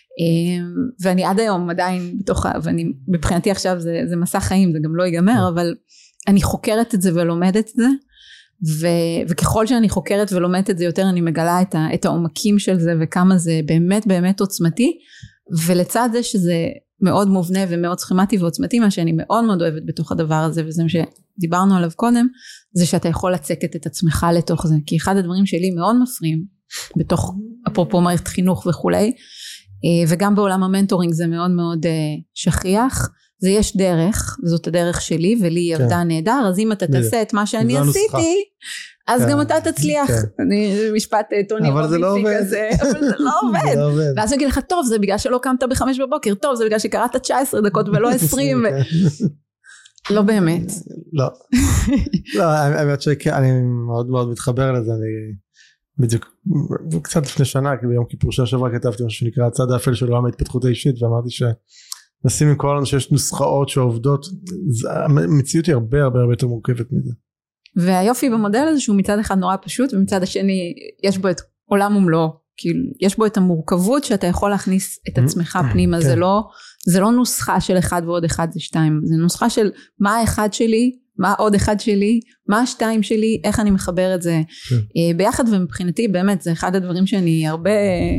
ואני עד היום עדיין בתוך, ואני מבחינתי עכשיו זה, זה מסע חיים, זה גם לא ייגמר, אבל אני חוקרת את זה ולומדת את זה, ו, וככל שאני חוקרת ולומדת את זה יותר, אני מגלה את, ה, את העומקים של זה, וכמה זה באמת באמת עוצמתי, ולצד זה שזה מאוד מובנה ומאוד סכמטי ועוצמתי, מה שאני מאוד מאוד אוהבת בתוך הדבר הזה, וזה מה שדיברנו עליו קודם, זה שאתה יכול לצקת את עצמך לתוך זה, כי אחד הדברים שלי מאוד מפריעים, בתוך אפרופו מערכת חינוך וכולי, וגם בעולם המנטורינג זה מאוד מאוד שכיח, זה יש דרך, וזאת הדרך שלי, ולי היא עבדה נהדר, אז אם אתה תעשה את מה שאני עשיתי, אז גם אתה תצליח. אני משפט טוני רובינצ'יק כזה, אבל זה לא עובד. ואז אני אגיד לך, טוב, זה בגלל שלא קמת בחמש בבוקר, טוב, זה בגלל שקראת תשע עשרה דקות ולא עשרים. לא באמת. לא. לא, האמת שאני מאוד מאוד מתחבר לזה, אני בדיוק, קצת לפני שנה, ביום כיפור שעבר כתבתי משהו שנקרא הצד האפל של עולם ההתפתחות האישית, ואמרתי שנשים עם כל לנו שיש נוסחאות שעובדות, המציאות היא הרבה הרבה הרבה יותר מורכבת מזה. והיופי במודל הזה שהוא מצד אחד נורא פשוט, ומצד השני יש בו את עולם ומלואו, כאילו יש בו את המורכבות שאתה יכול להכניס את עצמך פנימה, זה לא, זה לא נוסחה של אחד ועוד אחד זה שתיים, זה נוסחה של מה האחד שלי, מה עוד אחד שלי, מה השתיים שלי, איך אני מחבר את זה ביחד, ומבחינתי באמת זה אחד הדברים שאני הרבה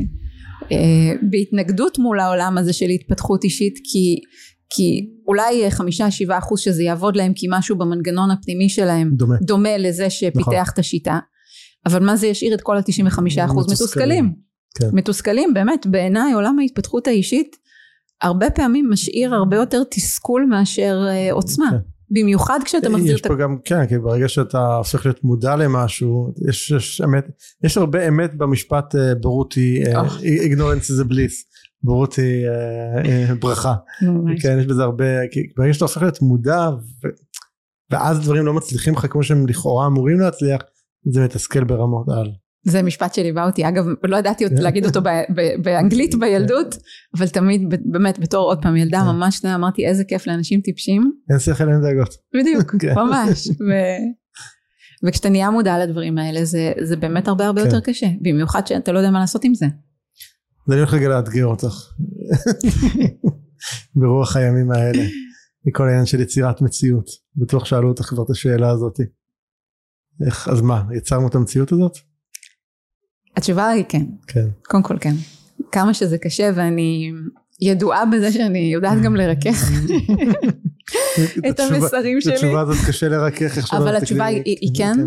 בהתנגדות מול העולם הזה של התפתחות אישית, כי כי אולי חמישה שבעה אחוז שזה יעבוד להם כי משהו במנגנון הפנימי שלהם דומה, דומה לזה שפיתח נכון. את השיטה, אבל מה זה ישאיר את כל ה-תשעים וחמישה אחוז מתוסכלים, כן. מתוסכלים באמת, בעיניי עולם ההתפתחות האישית הרבה פעמים משאיר הרבה יותר תסכול מאשר uh, עוצמה, כן. במיוחד כשאתה מחזיר יש את... פה גם, כן, כי ברגע שאתה הופך להיות מודע למשהו, יש, יש, אמת, יש הרבה אמת במשפט uh, ברותי, uh, oh. ignorance is a bliss, בורות היא אה, אה, ברכה, כן, יש בזה הרבה, כי ברגע שאתה הופך להיות מודע, ו... ואז דברים לא מצליחים לך כמו שהם לכאורה אמורים להצליח, זה מתסכל ברמות על. זה משפט שליווה אותי, אגב לא ידעתי להגיד אותו באנגלית בילדות, אבל תמיד באמת בתור עוד פעם ילדה ממש אמרתי איזה כיף לאנשים טיפשים. אין שכל אין דאגות. בדיוק, ממש. וכשאתה נהיה מודע לדברים האלה, זה באמת הרבה הרבה יותר קשה, במיוחד שאתה לא יודע מה לעשות עם זה. אז אני הולך רגע לאתגר אותך ברוח הימים האלה מכל העניין של יצירת מציאות. בטוח שאלו אותך כבר את השאלה הזאת, איך, אז מה, יצרנו את המציאות הזאת? התשובה היא כן, כן. קודם כל כן, כמה שזה קשה, ואני ידועה בזה שאני יודעת גם לרכך את המסרים שלי. התשובה הזאת קשה לרכך, אבל התשובה היא כן,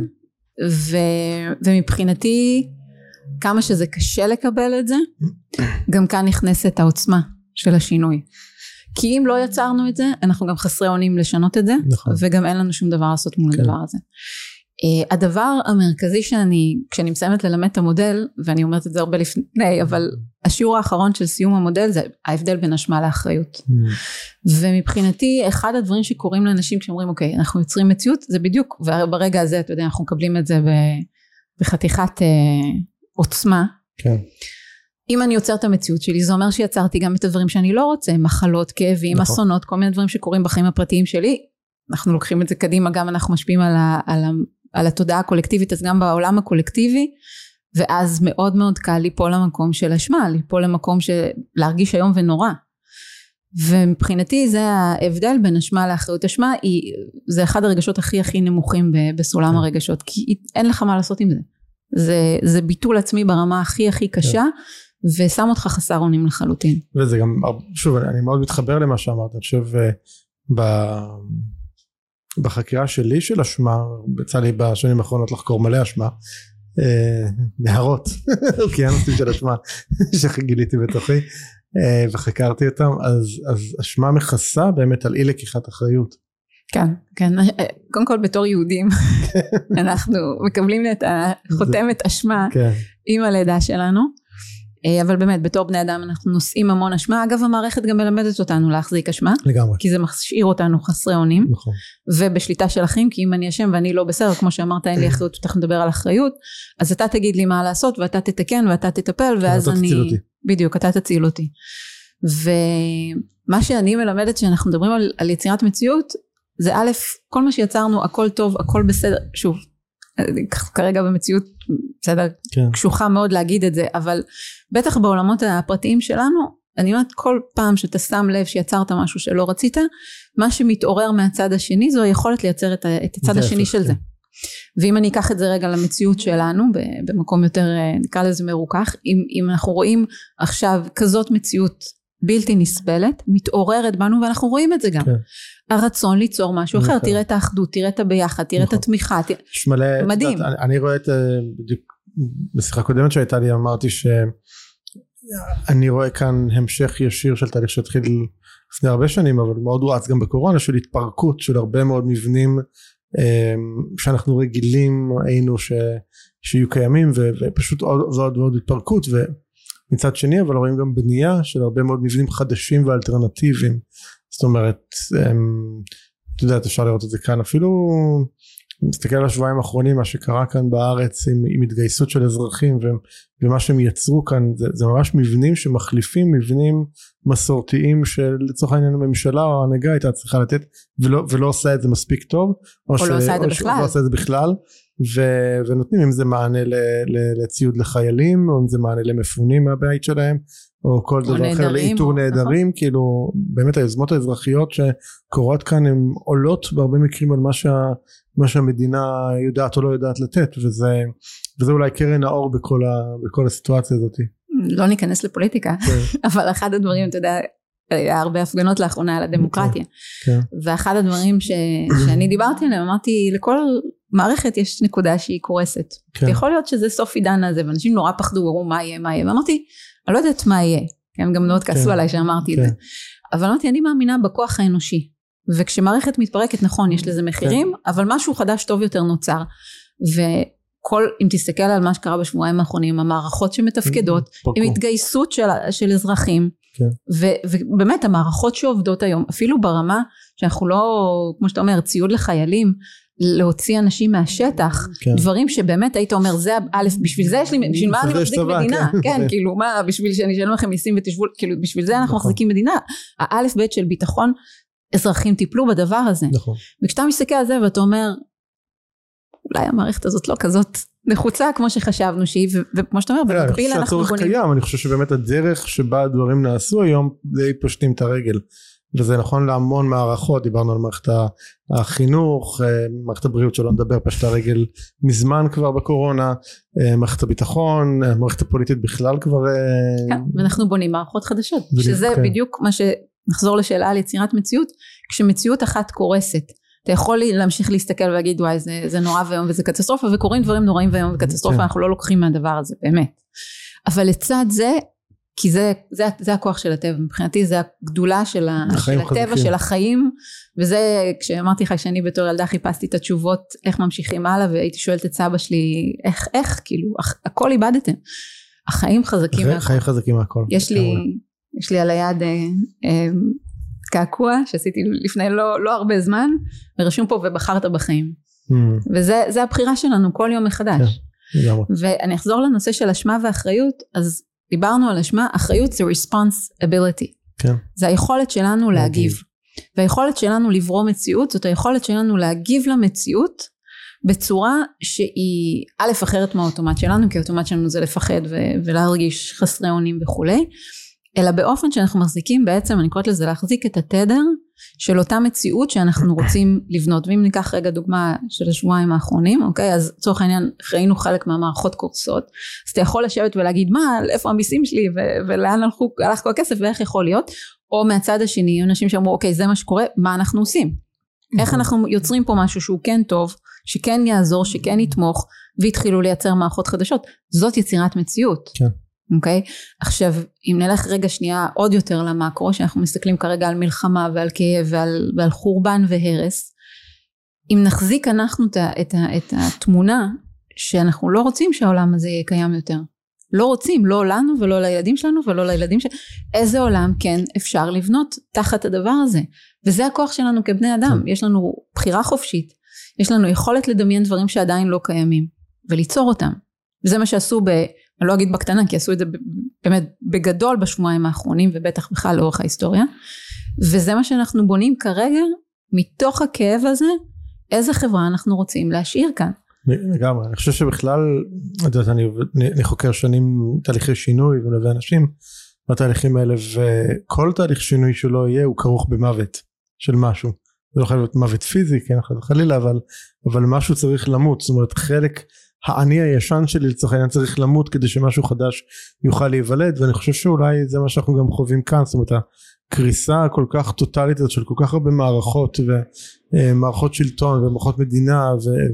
ומבחינתי כמה שזה קשה לקבל את זה, גם כאן נכנסת העוצמה של השינוי. כי אם לא יצרנו את זה, אנחנו גם חסרי אונים לשנות את זה, נכון. וגם אין לנו שום דבר לעשות מול כן. הדבר הזה. Uh, הדבר המרכזי שאני, כשאני מסיימת ללמד את המודל, ואני אומרת את זה הרבה לפני, אבל השיעור האחרון של סיום המודל, זה ההבדל בין אשמה לאחריות. Mm. ומבחינתי, אחד הדברים שקורים לאנשים כשאומרים, אוקיי, אנחנו יוצרים מציאות, זה בדיוק, וברגע הזה, אתה יודע, אנחנו מקבלים את זה בחתיכת uh, עוצמה. כן. אם אני יוצר את המציאות שלי, זה אומר שיצרתי גם את הדברים שאני לא רוצה, מחלות, כאבים, נכון. אסונות, כל מיני דברים שקורים בחיים הפרטיים שלי, אנחנו לוקחים את זה קדימה, גם אנחנו משפיעים על, ה, על, ה, על התודעה הקולקטיבית, אז גם בעולם הקולקטיבי, ואז מאוד מאוד קל ליפול למקום של אשמה, ליפול למקום של להרגיש היום ונורא. ומבחינתי זה ההבדל בין אשמה לאחריות. אשמה היא, זה אחד הרגשות הכי הכי נמוכים בסולם הרגשות, כי אין לך מה לעשות עם זה. זה, זה ביטול עצמי ברמה הכי הכי קשה, ושם אותך חסר אונים לחלוטין. וזה גם, שוב, אני מאוד מתחבר למה שאמרת, אני חושב, ב... בחקירה שלי של אשמה, יצא לי בשנים האחרונות לחקור מלא אשמה, נהרות, אוקיינוסים של אשמה שגיליתי בתוכי, וחקרתי אותם, אז, אז אשמה מכסה באמת על אי לקיחת אחריות. כן, כן, קודם כל בתור יהודים, אנחנו מקבלים את החותמת אשמה עם הלידה שלנו, אבל באמת בתור בני אדם אנחנו נושאים המון אשמה. אגב המערכת גם מלמדת אותנו להחזיק אשמה, לגמרי, כי זה משאיר אותנו חסרי אונים, נכון. ובשליטה של אחים, כי אם אני אשם ואני לא בסדר, כמו שאמרת אין לי אחריות, תכף נדבר על אחריות, אז אתה תגיד לי מה לעשות ואתה תתקן ואתה תטפל, ואז אני בדיוק, אתה תציל אותי. ומה שאני מלמדת שאנחנו מדברים על, על יצירת מציאות, זה א', כל מה שיצרנו הכל טוב, הכל בסדר, שוב כרגע במציאות בסדר, כן. קשוחה מאוד להגיד את זה, אבל בטח בעולמות הפרטיים שלנו, אני אומרת כל פעם שאתה שם לב שיצרת משהו שלא רצית, מה שמתעורר מהצד השני זו היכולת לייצר את, את הצד השני של כן. זה. ואם אני אקח את זה רגע למציאות שלנו, במקום יותר נקרא לזה מרוכך, אם, אם אנחנו רואים עכשיו כזאת מציאות בלתי נסבלת, מתעוררת בנו, ואנחנו רואים את זה גם. כן. הרצון ליצור משהו אחר, תראה את האחדות, תראה את הביחד, תראה את התמיכה, מדהים. אני רואה את, בשיחה קודמת שהייתה לי, אמרתי שאני רואה כאן המשך ישיר של תהליך שהתחיל לפני הרבה שנים, אבל מאוד הואץ גם בקורונה, של התפרקות של הרבה מאוד מבנים, שאנחנו רגילים היינו שיהיו קיימים, ופשוט עוד ועוד התפרקות, ומצד שני, אבל רואים גם בנייה של הרבה מאוד מבנים חדשים ואלטרנטיביים, זאת אומרת, אתה יודע, אפשר לראות את זה כאן, אפילו מסתכל על השבועיים האחרונים, מה שקרה כאן בארץ עם, עם התגייסות של אזרחים ומה שהם יצרו כאן, זה, זה ממש מבנים שמחליפים מבנים מסורתיים שלצורך העניין הממשלה או ההנהגה הייתה צריכה לתת ולא, ולא עושה את זה מספיק טוב, או, או, ש, לא עושה את זה או בכלל, לא עושה את זה בכלל ו, ונותנים אם זה מענה ל, ל, לציוד לחיילים, או אם זה מענה למפונים מהבית שלהם, או כל דבר נדרים, אחר, לאיתור נהדרים, נכון. כאילו באמת היוזמות האזרחיות שקורות כאן הן עולות בהרבה מקרים על מה, שה, מה שהמדינה יודעת או לא יודעת לתת, וזה, וזה אולי קרן האור בכל, ה, בכל הסיטואציה הזאת. לא ניכנס לפוליטיקה, אבל אחד הדברים, אתה יודע, היה הרבה הפגנות לאחרונה על הדמוקרטיה, ואחד הדברים ש, שאני דיברתי עליהם, אמרתי לכל מערכת יש נקודה שהיא קורסת, יכול להיות שזה סוף עידן הזה, ואנשים נורא פחדו, וראו מה יהיה, מה יהיה, ואמרתי, אני לא יודעת מה יהיה, הם גם מאוד כעסו עליי שאמרתי את זה, אבל אמרתי, אני מאמינה בכוח האנושי, וכשמערכת מתפרקת, נכון, יש לזה מחירים, אבל משהו חדש טוב יותר נוצר, וכל, אם תסתכל על מה שקרה בשבועיים האחרונים, המערכות שמתפקדות, עם התגייסות של, של אזרחים, ו, ובאמת המערכות שעובדות היום, אפילו ברמה שאנחנו לא, כמו שאתה אומר, ציוד לחיילים, להוציא אנשים מהשטח, כן. דברים שבאמת היית אומר, זה א', בשביל זה יש לי, בשביל מה אני מחזיק מדינה, כן, כן, כאילו מה, בשביל שאני אשלם לכם מיסים ותשבו, כאילו בשביל זה אנחנו מחזיקים מדינה, האלף ב' של ביטחון, אזרחים טיפלו בדבר הזה, נכון. וכשאתה מסתכל על זה ואתה אומר, אולי המערכת הזאת לא כזאת נחוצה כמו שחשבנו שהיא, וכמו שאתה אומר, במקביל אנחנו בונים. קיים, אני חושב שבאמת הדרך שבה הדברים נעשו היום, די פושטים את הרגל, וזה נכון להמון מערכות, דיברנו על מערכת החינוך, מערכת הבריאות שלא נדבר, פשטה רגל מזמן כבר בקורונה, מערכת הביטחון, מערכת הפוליטית בכלל כבר. כן, ואנחנו בונים מערכות חדשות, שזה בדיוק מה שנחזור לשאלה על יצירת מציאות, כשמציאות אחת קורסת, אתה יכול להמשיך להסתכל ולהגיד וואי זה, זה נורא ויום וזה קטסטרופה, וקוראים דברים נוראים ויום וקטסטרופה, אנחנו לא לוקחים מהדבר הזה, באמת. אבל לצד זה, כי זה, זה, זה הכוח של הטבע, מבחינתי זה הגדולה של, ה, של הטבע, של החיים, וזה כשאמרתי לך שאני בתור ילדה חיפשתי את התשובות, איך ממשיכים הלאה, והייתי שואלת את סבא שלי, איך, איך, כאילו, הכל איבדתם. החיים חזקים מהכל. החיים חזקים מהכל. יש לי, יש לי על היד אה, אה, קעקוע, שעשיתי לפני לא, לא הרבה זמן, ורשום פה ובחרת בחיים. Mm. וזה, זה הבחירה שלנו כל יום מחדש. Yeah, ואני אחזור לנושא של אשמה ואחריות, אז דיברנו על אשמה, אחריות זה responsibility. כן. זה היכולת שלנו להגיב. והיכולת שלנו לברוא מציאות, זאת היכולת שלנו להגיב למציאות, בצורה שהיא א' אחרת מהאוטומט שלנו, כי האוטומט שלנו זה לפחד ו- ולהרגיש חסרי אונים וכולי, אלא באופן שאנחנו מחזיקים בעצם, אני קוראת לזה להחזיק את התדר, של אותה מציאות שאנחנו רוצים לבנות, ואם ניקח רגע דוגמה של השבועיים האחרונים, אוקיי, אז צורך העניין ראינו חלק מהמערכות קורסות, אז אתה יכול לשבת ולהגיד מה, איפה המיסים שלי, ו- ולאן הלכו, הלך כל הכסף, ואיך יכול להיות, או מהצד השני, אנשים שאמרו, אוקיי, זה מה שקורה, מה אנחנו עושים? איך אנחנו יוצרים פה משהו שהוא כן טוב, שכן יעזור, שכן יתמוך, והתחילו לייצר מערכות חדשות, זאת יצירת מציאות. כן. אוקיי? עכשיו, אם נלך רגע שנייה עוד יותר למקרו, שאנחנו מסתכלים כרגע על מלחמה ועל כאב ועל, ועל חורבן והרס, אם נחזיק אנחנו את, את, את התמונה שאנחנו לא רוצים שהעולם הזה יהיה קיים יותר. לא רוצים, לא לנו ולא לילדים שלנו ולא לילדים שלנו. איזה עולם כן אפשר לבנות תחת הדבר הזה? וזה הכוח שלנו כבני אדם. יש לנו בחירה חופשית, יש לנו יכולת לדמיין דברים שעדיין לא קיימים, וליצור אותם. וזה מה שעשו ב... אני לא אגיד בקטנה, כי עשו את זה באמת בגדול בשבועיים האחרונים, ובטח בכלל לאורך ההיסטוריה, וזה מה שאנחנו בונים כרגע, מתוך הכאב הזה, איזה חברה אנחנו רוצים להשאיר כאן. לגמרי, אני חושב שבכלל, אני, אני חוקר שנים תהליכי שינוי, ולווה אנשים, בתהליכים האלה, וכל תהליך שינוי שלו יהיה, הוא כרוך במוות של משהו. זה לא חייב להיות מוות פיזי, כן, חלילה, אבל, אבל משהו צריך למות, זאת אומרת, חלק, העני הישן שלי לצורך העניין צריך למות כדי שמשהו חדש יוכל להיוולד, ואני חושב שאולי זה מה שאנחנו גם חווים כאן, זאת אומרת הקריסה כל כך טוטלית הזאת של כל כך הרבה מערכות ומערכות שלטון ומערכות מדינה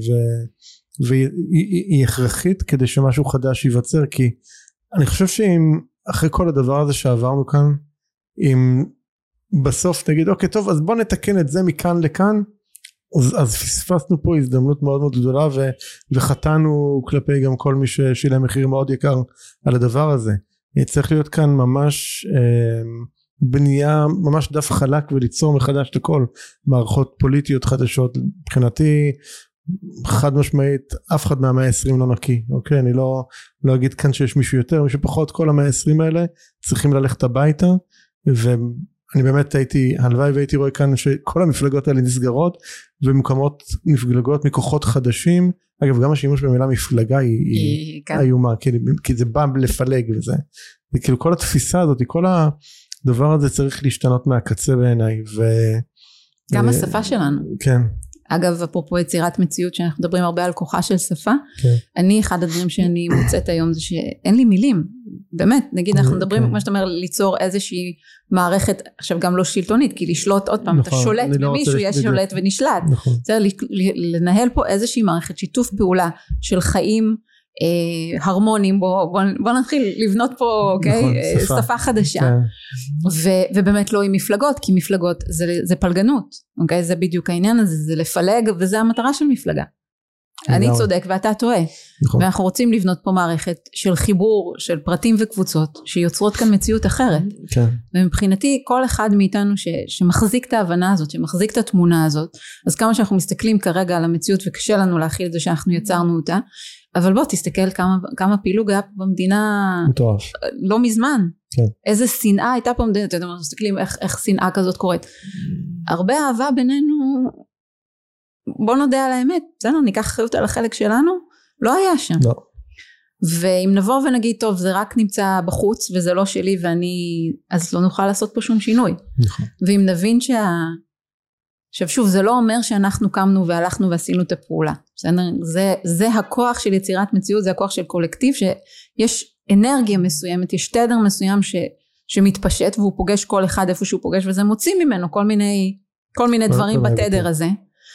והיא הכרחית כדי שמשהו חדש ייווצר, כי אני חושב שאם אחרי כל הדבר הזה שעברנו כאן, אם בסוף נגיד אוקיי טוב אז בוא נתקן את זה מכאן לכאן, אז, אז פספסנו פה הזדמנות מאוד מאוד גדולה ו, וחטאנו כלפי גם כל מי ששילם מחיר מאוד יקר על הדבר הזה. צריך להיות כאן ממש אה, בנייה ממש דף חלק וליצור מחדש את הכל, מערכות פוליטיות חדשות. מבחינתי חד משמעית אף אחד מהמאה העשרים לא נקי, אוקיי? אני לא, לא אגיד כאן שיש מישהו יותר מישהו פחות, כל המאה העשרים האלה צריכים ללכת הביתה, ואני באמת הייתי, הלוואי והייתי רואה כאן שכל המפלגות האלה נסגרות ומקומות מפלגות מכוחות חדשים. אגב גם השימוש במילה מפלגה היא, היא איומה, כי, כי זה בא לפלג וזה, וכאילו כל התפיסה הזאת, כל הדבר הזה צריך להשתנות מהקצה בעיניי. ו... גם השפה שלנו. כן. אגב, אפרופו יצירת מציאות, שאנחנו מדברים הרבה על כוחה של שפה, כן. אני, אחד הדברים שאני מוצאת היום, זה שאין לי מילים, באמת, נגיד אנחנו מדברים, כמו שאתה אומר, ליצור איזושהי מערכת, עכשיו גם לא שלטונית, כי לשלוט עוד פעם, אתה שולט במישהו, יש שולט ונשלט, צריך לנהל פה איזושהי מערכת, שיתוף פעולה של חיים הרמונים, בוא נתחיל לבנות פה שפה חדשה, ובאמת לא עם מפלגות, כי מפלגות זה פלגנות, זה בדיוק העניין הזה, זה לפלג, וזה המטרה של מפלגה. אני צודק ואתה טועה, ואנחנו רוצים לבנות פה מערכת של חיבור של פרטים וקבוצות שיוצרות כאן מציאות אחרת, ומבחינתי כל אחד מאיתנו שמחזיק את ההבנה הזאת, שמחזיק את התמונה הזאת, אז כמה שאנחנו מסתכלים כרגע על המציאות וקשה לנו להכיל את זה שאנחנו יצרנו אותה, אבל בוא תסתכל כמה, כמה פילוג היה פה במדינה מטורף. לא מזמן, כן. איזה שנאה הייתה פה במדינה, אתם מסתכלים איך, איך שנאה כזאת קורית, הרבה אהבה בינינו, בוא נודה על האמת, בסדר, ניקח אחריות על החלק שלנו, לא היה שם. לא. ואם נבוא ונגיד, טוב, זה רק נמצא בחוץ, וזה לא שלי, ואני, אז לא נוכל לעשות פה שום שינוי. נכון. ואם נבין שה... עכשיו שוב, זה לא אומר שאנחנו קמנו והלכנו ועשינו את הפעולה. זה, זה הכוח של יצירת מציאות, זה הכוח של קולקטיב, שיש אנרגיה מסוימת, יש תדר מסוים ש, שמתפשט, והוא פוגש כל אחד איפה שהוא פוגש, וזה מוציא ממנו כל מיני, כל מיני דברים בתדר הזה.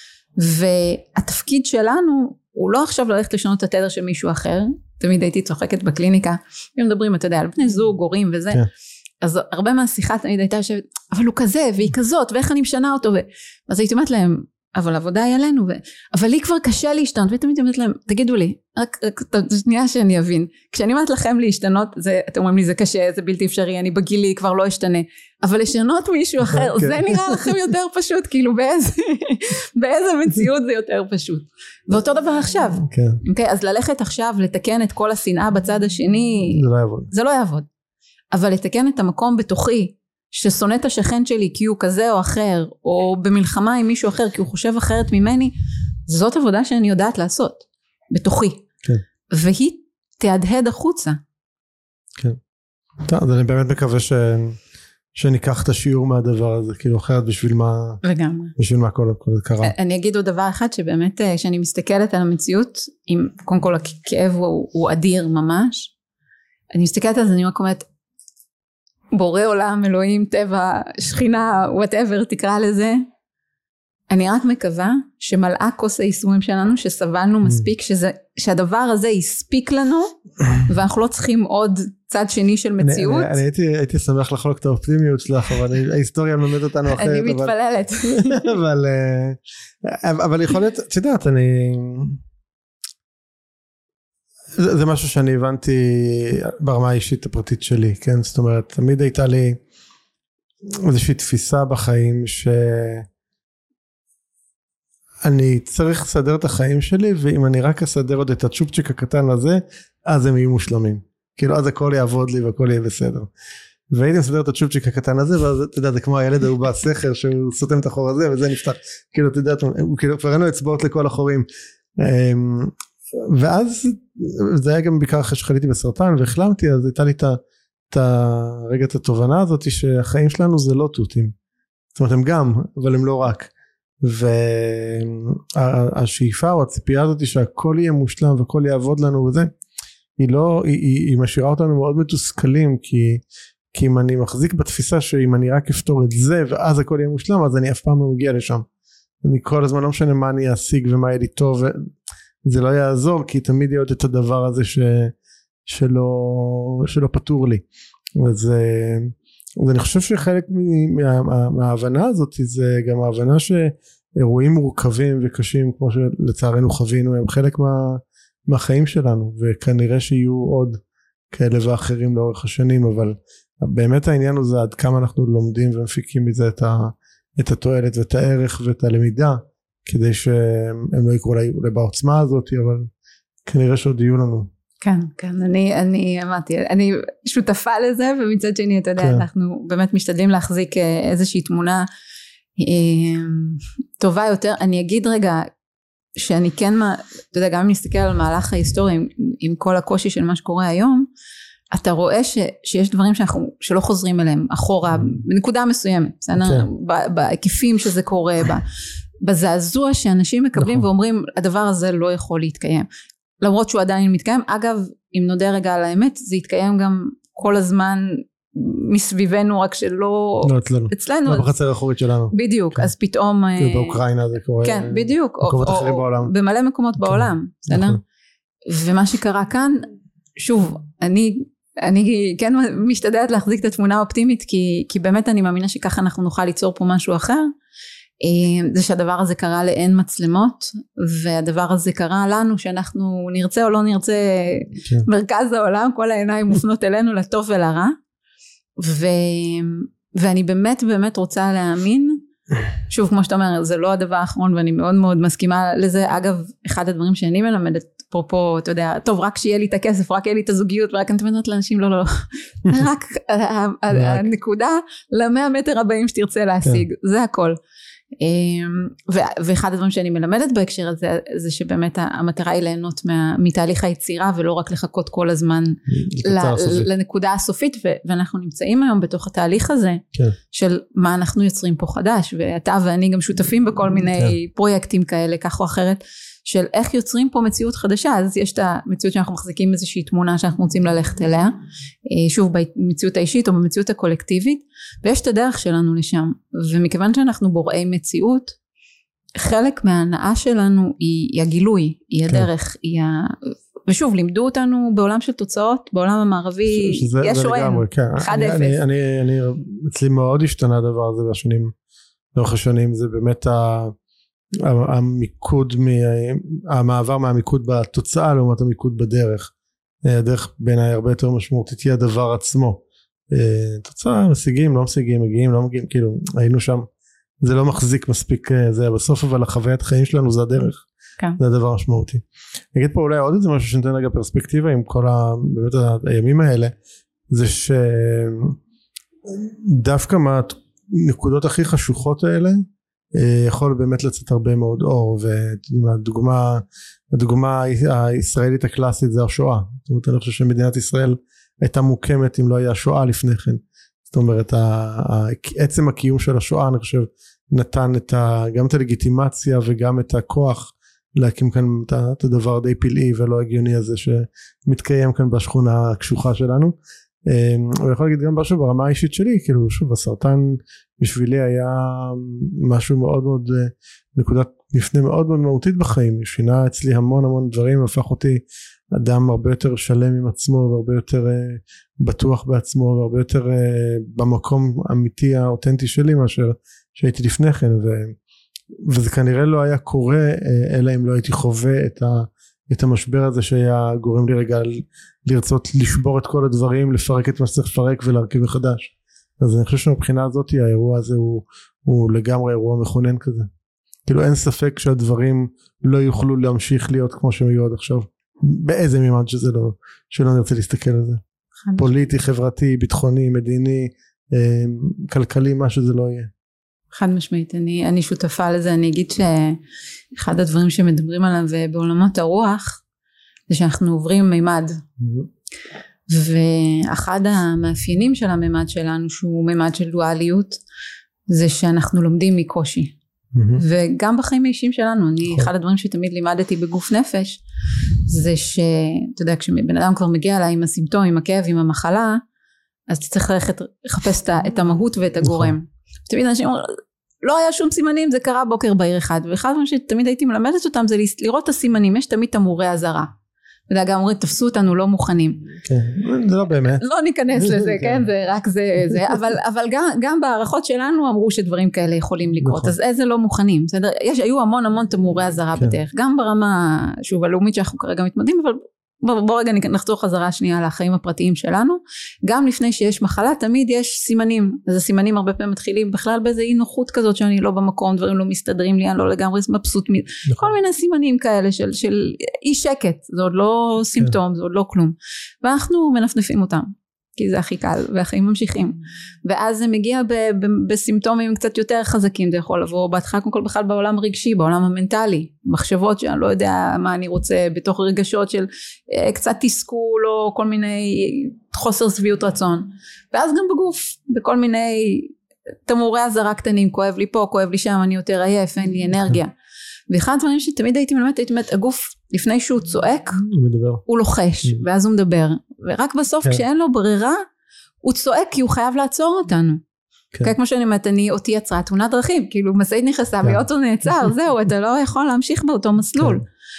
והתפקיד שלנו הוא לא עכשיו ללכת לשנות את התדר של מישהו אחר. תמיד הייתי צוחקת בקליניקה, אם מדברים, אתה יודע, על בני זוג, הורים וזה, כן. אז הרבה מהשיחה תמיד הייתה יושבת, אבל הוא כזה והיא כזאת, ואיך אני משנה אותו, ו... אז הייתי אומרת להם, אבל עבודה היא עלינו, ו... אבל לי כבר קשה להשתנות, ותמיד אומרת להם, תגידו לי, רק, רק שנייה שאני אבין, כשאני אומרת לכם להשתנות, זה, אתם אומרים לי זה קשה, זה בלתי אפשרי, אני בגילי כבר לא אשתנה, אבל לשנות מישהו אחר, זה נראה לכם יותר פשוט, כאילו באיזה, באיזה מציאות זה יותר פשוט, ואותו דבר עכשיו, okay, אז ללכת עכשיו לתקן את כל השנאה בצד השני, זה לא יעבוד, זה לא יעבוד. אבל לתקן את המקום בתוכי, ששונא את השכן שלי כי הוא כזה או אחר, או במלחמה עם מישהו אחר כי הוא חושב אחרת ממני, זאת עבודה שאני יודעת לעשות, בתוכי. כן. והיא תהדהד החוצה. כן. טוב, אז אני באמת מקווה ש... שניקח את השיעור מהדבר הזה, כאילו אחרת בשביל מה... וגם. בשביל מה כל זה קרה. אני אגיד עוד דבר אחד, שבאמת כשאני מסתכלת על המציאות, עם, קודם כל הכאב הוא, הוא אדיר ממש, אני מסתכלת על זה, אני אומרת, בורא עולם, אלוהים, טבע, שכינה, whatever תקרא לזה, אני רק מקווה שמלאה כוס הייסורים שלנו, שסבלנו מספיק, שזה, שהדבר הזה יספיק לנו, ואנחנו לא צריכים עוד צד שני של מציאות. אני, אני, אני הייתי, הייתי שמח לחלוק את האופטימיות שלך, אבל אני, ההיסטוריה מלמדת אותנו אחרת. אני מתפללת. אבל, אבל, אבל יכול להיות, את יודעת, אני... זה, זה משהו שאני הבנתי ברמה האישית הפרטית שלי, כן? זאת אומרת, תמיד הייתה לי איזושהי תפיסה בחיים שאני צריך לסדר את החיים שלי, ואם אני רק אסדר עוד את הצ'ופצ'יק הקטן הזה, אז הם יהיו מושלמים. כאילו, אז הכל יעבוד לי והכל יהיה בסדר. והייתי מסדר את הצ'ופצ'יק הקטן הזה, ואז אתה יודע, זה כמו הילד ההוא בסכר, שהוא סותם את החור הזה, וזה נפתח. כאילו, אתה יודע, כאילו, כבר ראינו אצבעות לכל החורים. ואז זה היה גם בעיקר אחרי שחליתי בסרטן והחלמתי, אז הייתה לי את הרגע את התובנה הזאת שהחיים שלנו זה לא תותים, זאת אומרת הם גם אבל הם לא רק, והשאיפה או הציפייה הזאת שהכל יהיה מושלם והכל יעבוד לנו וזה, היא לא, היא, היא, היא משאירה אותנו מאוד מתוסכלים, כי, כי אם אני מחזיק בתפיסה שאם אני רק אפתור את זה ואז הכל יהיה מושלם, אז אני אף פעם לא מגיע לשם, אני כל הזמן לא משנה מה אני אשיג ומה יהיה לי טוב, זה לא יעזור, כי תמיד יהיה עוד את הדבר הזה ש, שלא, שלא פתור לי. אז, אז אני חושב שחלק מה, מה, מההבנה הזאת, זה גם ההבנה שאירועים מורכבים וקשים, כמו שלצערנו חווינו, הם חלק מה, מהחיים שלנו, וכנראה שיהיו עוד כאלה ואחרים לאורך השנים, אבל באמת העניין הוא זה עד כמה אנחנו לומדים ומפיקים מזה את, ה, את התועלת ואת הערך ואת הלמידה, כדי שהם לא יקרו אולי בעוצמה הזאת, אבל כנראה שעוד יהיו לנו. כן, כן, אני, אני אמרתי, אני שותפה לזה, ומצד שני, אתה יודע, כן. אנחנו באמת משתדלים להחזיק איזושהי תמונה אה, טובה יותר. אני אגיד רגע, שאני כן, אתה יודע, גם אם נסתכל על מהלך ההיסטוריה, עם, עם כל הקושי של מה שקורה היום, אתה רואה ש, שיש דברים שאנחנו, שלא חוזרים אליהם, אחורה, בנקודה מסוימת, בסדר? בהיקפים שזה קורה, בזעזוע שאנשים מקבלים נכון. ואומרים, הדבר הזה לא יכול להתקיים. למרות שהוא עדיין מתקיים. אגב, אם נודה רגע על האמת, זה יתקיים גם כל הזמן מסביבנו, רק שלא... לא אצלנו. אצלנו. לא בחצר האחורית שלנו. בדיוק, כן. אז פתאום... באוקראינה זה קורה. כן, בדיוק. מקומות או, אחרים או, בעולם. במלא מקומות כן. בעולם, בסדר? נכון. ומה שקרה כאן, שוב, אני... אני כן משתדלת להחזיק את התמונה האופטימית, כי, כי באמת אני מאמינה שככה אנחנו נוכל ליצור פה משהו אחר. זה שהדבר הזה קרה לאין מצלמות, והדבר הזה קרה לנו שאנחנו נרצה או לא נרצה כן. מרכז העולם, כל העיניים מופנות אלינו לטוב ולרע, ו, ואני באמת באמת רוצה להאמין, שוב כמו שאתה אומר זה לא הדבר האחרון ואני מאוד מאוד מסכימה לזה. אגב אחד הדברים שאני מלמדת אפרופו, אתה יודע, טוב רק שיהיה לי את הכסף, רק יהיה לי את הזוגיות, ורק אני תמדות לאנשים, לא, לא, לא. רק הנקודה למאה מטר הבאים שתרצה להשיג, זה הכל. ואחד הדברים שאני מלמדת בהקשר הזה, זה שבאמת המטרה היא ליהנות מתהליך היצירה, ולא רק לחכות כל הזמן לנקודה הסופית, ואנחנו נמצאים היום בתוך התהליך הזה, של מה אנחנו יוצרים פה חדש, ואתה ואני גם שותפים בכל מיני פרויקטים כאלה, כך או אחרת, של איך יוצרים פה מציאות חדשה. אז יש את המציאות שאנחנו מחזיקים איזושהי תמונה שאנחנו רוצים ללכת אליה, שוב במציאות האישית או במציאות הקולקטיבית, ויש את הדרך שלנו לשם, ומכיוון שאנחנו בוראי מציאות, חלק מההנאה שלנו היא, היא הגילוי, היא הדרך, היא ה... ושוב לימדו אותנו בעולם של תוצאות, בעולם המערבי יש או אין, אחד אפס. אני, אני, אני, אצלי מאוד השתנה הדבר הזה בשנים, לאורך השנים, זה באמת ה... המיקוד, המעבר מהמיקוד בתוצאה לעומת המיקוד בדרך. הדרך בעיניי הרבה יותר משמעותית היא הדבר עצמו. תוצאה, משיגים, לא משיגים, מגיעים, לא מגיעים, כאילו היינו שם, זה לא מחזיק מספיק זה בסוף, אבל החוויית חיים שלנו זה הדרך, זה הדבר המשמעותי. נגיד פה אולי עוד איזה משהו שנתן רגע פרספקטיבה עם כל באמת הימים האלה, זה שדווקא מהנקודות הכי חשוכות האלה יכול באמת לצאת הרבה מאוד אור, והדוגמה הדוגמה הישראלית הקלאסית זה השואה. זאת אומרת, אני חושב שמדינת ישראל הייתה מוקמת אם לא היה שואה לפני כן. זאת אומרת, עצם הקיום של השואה אני חושב נתן את ה, גם את הלגיטימציה וגם את הכוח להקים כאן את הדבר די פלאי ולא הגיוני הזה שמתקיים כאן בשכונה הקשוחה שלנו. אני יכול להגיד גם משהו ברמה האישית שלי, כאילו שוב הסרטן בשבילי היה משהו מאוד מאוד, נקודת מפנה מאוד מאוד מהותית בחיים, שינה אצלי המון המון דברים, הפך אותי אדם הרבה יותר שלם עם עצמו והרבה יותר בטוח בעצמו והרבה יותר במקום אמיתי האותנטי שלי מאשר שהייתי לפני כן, ו, וזה כנראה לא היה קורה אלא אם לא הייתי חווה את ה את המשבר הזה שהיה גורם לי רגע לרצות לשבור את כל הדברים, לפרק את מה שצריך לפרק ולהרכיב מחדש. אז אני חושב שמבחינה הזאת האירוע הזה הוא, הוא לגמרי אירוע מכונן כזה. כאילו אין ספק שהדברים לא יוכלו להמשיך להיות כמו שהם היו עד עכשיו. באיזה מימד שזה לא, שלא נרצה להסתכל על זה. פוליטי, חברתי, ביטחוני, מדיני, כלכלי, מה שזה לא יהיה. חד משמעית, אני, אני שותפה לזה. אני אגיד שאחד הדברים שמדברים עליו בעולמות הרוח, זה שאנחנו עוברים מימד. ואחד המאפיינים של המימד שלנו, שהוא מימד של דואליות, זה שאנחנו לומדים מקושי. וגם בחיים האישיים שלנו, אני, אחד הדברים שתמיד לימדתי בגוף נפש, זה שאתה יודע, כשבן אדם כבר מגיע אליי עם הסימפטום, עם הכאב, עם המחלה, אז אתה צריך ללכת לחפש את המהות ואת הגורם. תמיד אנשים אומרים, לא היה שום סימנים, זה קרה בוקר בעיר אחד, ואחד הדברים שתמיד הייתי מלמדת אותם, זה לראות את הסימנים, יש תמיד תמורי הזרה. אתה יודע, גם אומרים, תפסו אותנו לא מוכנים. כן, זה לא באמת. לא ניכנס לזה, כן, זה רק זה, זה, אבל, אבל גם, גם בערכות שלנו אמרו שדברים כאלה יכולים לקרות, אז איזה לא מוכנים, בסדר? יש, היו המון המון תמורי הזרה בדרך, גם ברמה, שוב, הלאומית שאנחנו כרגע מתמודדים, אבל בוא, בוא רגע נחזור חזרה שנייה לחיים הפרטיים שלנו, גם לפני שיש מחלה תמיד יש סימנים, אז הסימנים הרבה פעמים מתחילים בכלל באיזו אי נוחות כזאת שאני לא במקום, דברים לא מסתדרים לי, אני לא לגמרי מבסוט, כל מיני סימנים כאלה של, של אי שקט, זה עוד לא סימפטום, זה עוד לא כלום, ואנחנו מנפנפים אותם, כי זה הכי קל, והחיים ממשיכים, ואז זה מגיע ב- ב- בסימפטומים קצת יותר חזקים, זה יכול לבוא בהתחלה קודם כל בכלל בעולם הרגשי, בעולם המנטלי, מחשבות שאני לא יודע מה אני רוצה, בתוך רגשות של אה, קצת תסכול, או כל מיני חוסר שביעות רצון, ואז גם בגוף, בכל מיני תמורי הזרה קטנים, כואב לי פה, כואב לי שם, אני יותר עייף, אין לי אנרגיה, ואחד הדברים שתמיד הייתי מלמדת, הייתי מלמדת, הגוף לפני שהוא צועק, הוא מדבר, הוא לוחש, ואז הוא מדבר, ורק בסוף כשאין לו ברירה, הוא צועק כי הוא חייב לעצור אותנו. כמו שאני אומרת, אני אותי יצרה תאונת דרכים, כאילו משאית נכנסה ואוטו נעצר, זהו, אתה לא יכול להמשיך באותו מסלול.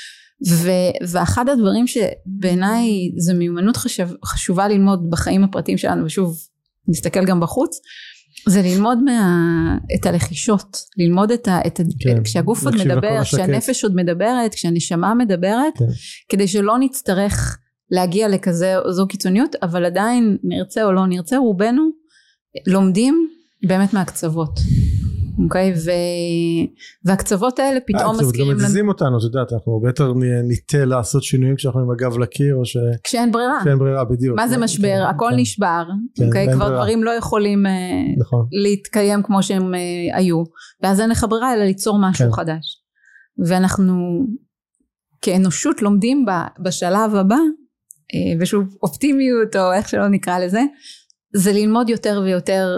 ואחד הדברים שבעיניי זה מיומנות חשובה ללמוד בחיים הפרטיים שלנו, ושוב נסתכל גם בחוץ, זה ללמוד את הלחישות, ללמוד את ה... כשהגוף עוד מדבר, כשהנפש עוד מדברת, כשהנשמה מדברת, כדי שלא נצטרך להגיע לכזה זו קיצוניות, אבל עדיין נרצה או לא נרצה, רובנו לומדים באמת מהקצוות, אוקיי? והקצוות האלה פתאום מזכירים לנו. גם מזיזים אותנו, את יודעת, אנחנו הרבה יותר ניטה לעשות שינויים כשאנחנו עם הגב לקיר, או ש... כשאין ברירה. כשאין ברירה, בדיוק. מה זה משבר? הכל נשבר, אוקיי? כבר דברים לא יכולים להתקיים כמו שהם היו, ואז אין לך ברירה אלא ליצור משהו חדש. ואנחנו כאנושות לומדים בשלב הבא, ושוב אופטימיות או איך שלא נקרא לזה, זה ללמוד יותר ויותר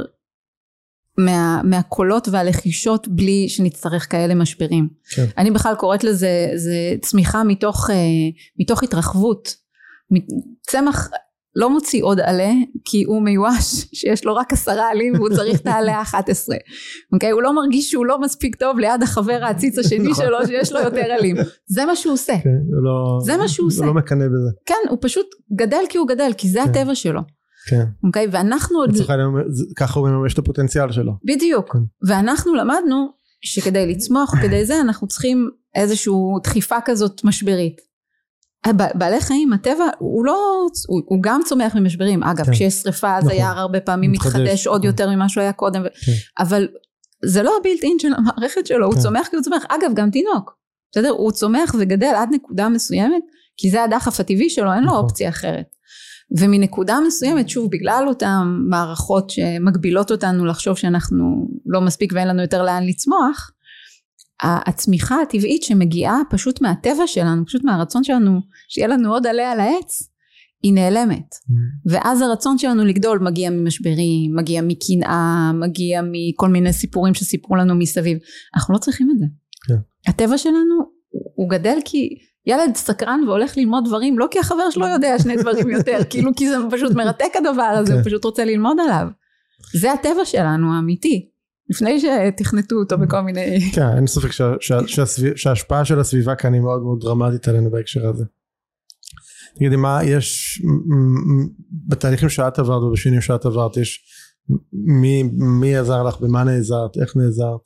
מה, מהקולות והלחישות בלי שנצטרך כאלה משברים. כן. אני בכלל קוראת לזה זה צמיחה מתוך, מתוך התרחבות. צמח לא מוציא עוד עלה כי הוא מיואש שיש לו רק עשרה עלים והוא צריך את העלה אחת עשרה. אוקיי? הוא לא מרגיש שהוא לא מספיק טוב ליד החבר העציץ השני שלו שיש לו יותר עלים. זה מה שהוא עושה. כן, לא, זה מה שהוא עושה. הוא לא מקנה בזה. כן, הוא פשוט גדל כי הוא גדל, כי זה כן. הטבע שלו. כן. אוקיי? ואנחנו עוד... ככה הוא ממש את הפוטנציאל שלו. בדיוק. כן. ואנחנו למדנו שכדי לצמוח או כדי זה אנחנו צריכים איזושהי דחיפה כזאת משברית. בעלי חיים, הטבע, הוא לא, הוא, הוא גם צומח ממשברים, אגב, כן. כשיש שריפה, אז נכון. היער הרבה פעמים מתחדש, מתחדש עוד נכון. יותר ממה שהוא היה קודם, כן. אבל זה לא הבילט אין של המערכת שלו, כן. הוא צומח כי הוא צומח, אגב, גם תינוק, בסדר? הוא צומח וגדל עד נקודה מסוימת, כי זה הדחף הטבעי שלו, אין נכון. לו אופציה אחרת, ומנקודה מסוימת, שוב, בגלל אותן מערכות שמגבילות אותנו לחשוב שאנחנו לא מספיק ואין לנו יותר לאן לצמוח, הצמיחה הטבעית שמגיעה פשוט מהטבע שלנו, פשוט מהרצון שלנו שיהיה לנו עוד עלה על העץ, היא נעלמת. Mm. ואז הרצון שלנו לגדול מגיע ממשברים, מגיע מקנאה, מגיע מכל מיני סיפורים שסיפרו לנו מסביב. אנחנו לא צריכים את זה. Yeah. הטבע שלנו הוא גדל כי ילד סקרן והולך ללמוד דברים, לא כי החבר שלו יודע שני דברים יותר, כאילו כי זה פשוט מרתק הדבר הזה, okay. הוא פשוט רוצה ללמוד עליו. זה הטבע שלנו האמיתי. לפני שתכנתו אותו בכל מיני... כן, אין ספק שההשפעה של הסביבה כאן היא מאוד מאוד דרמטית עלינו בהקשר הזה. תגידי, מה יש בתהליכים שאת עברת ובשינויים שאת עברת, יש מי עזר לך, במה נעזרת, איך נעזרת?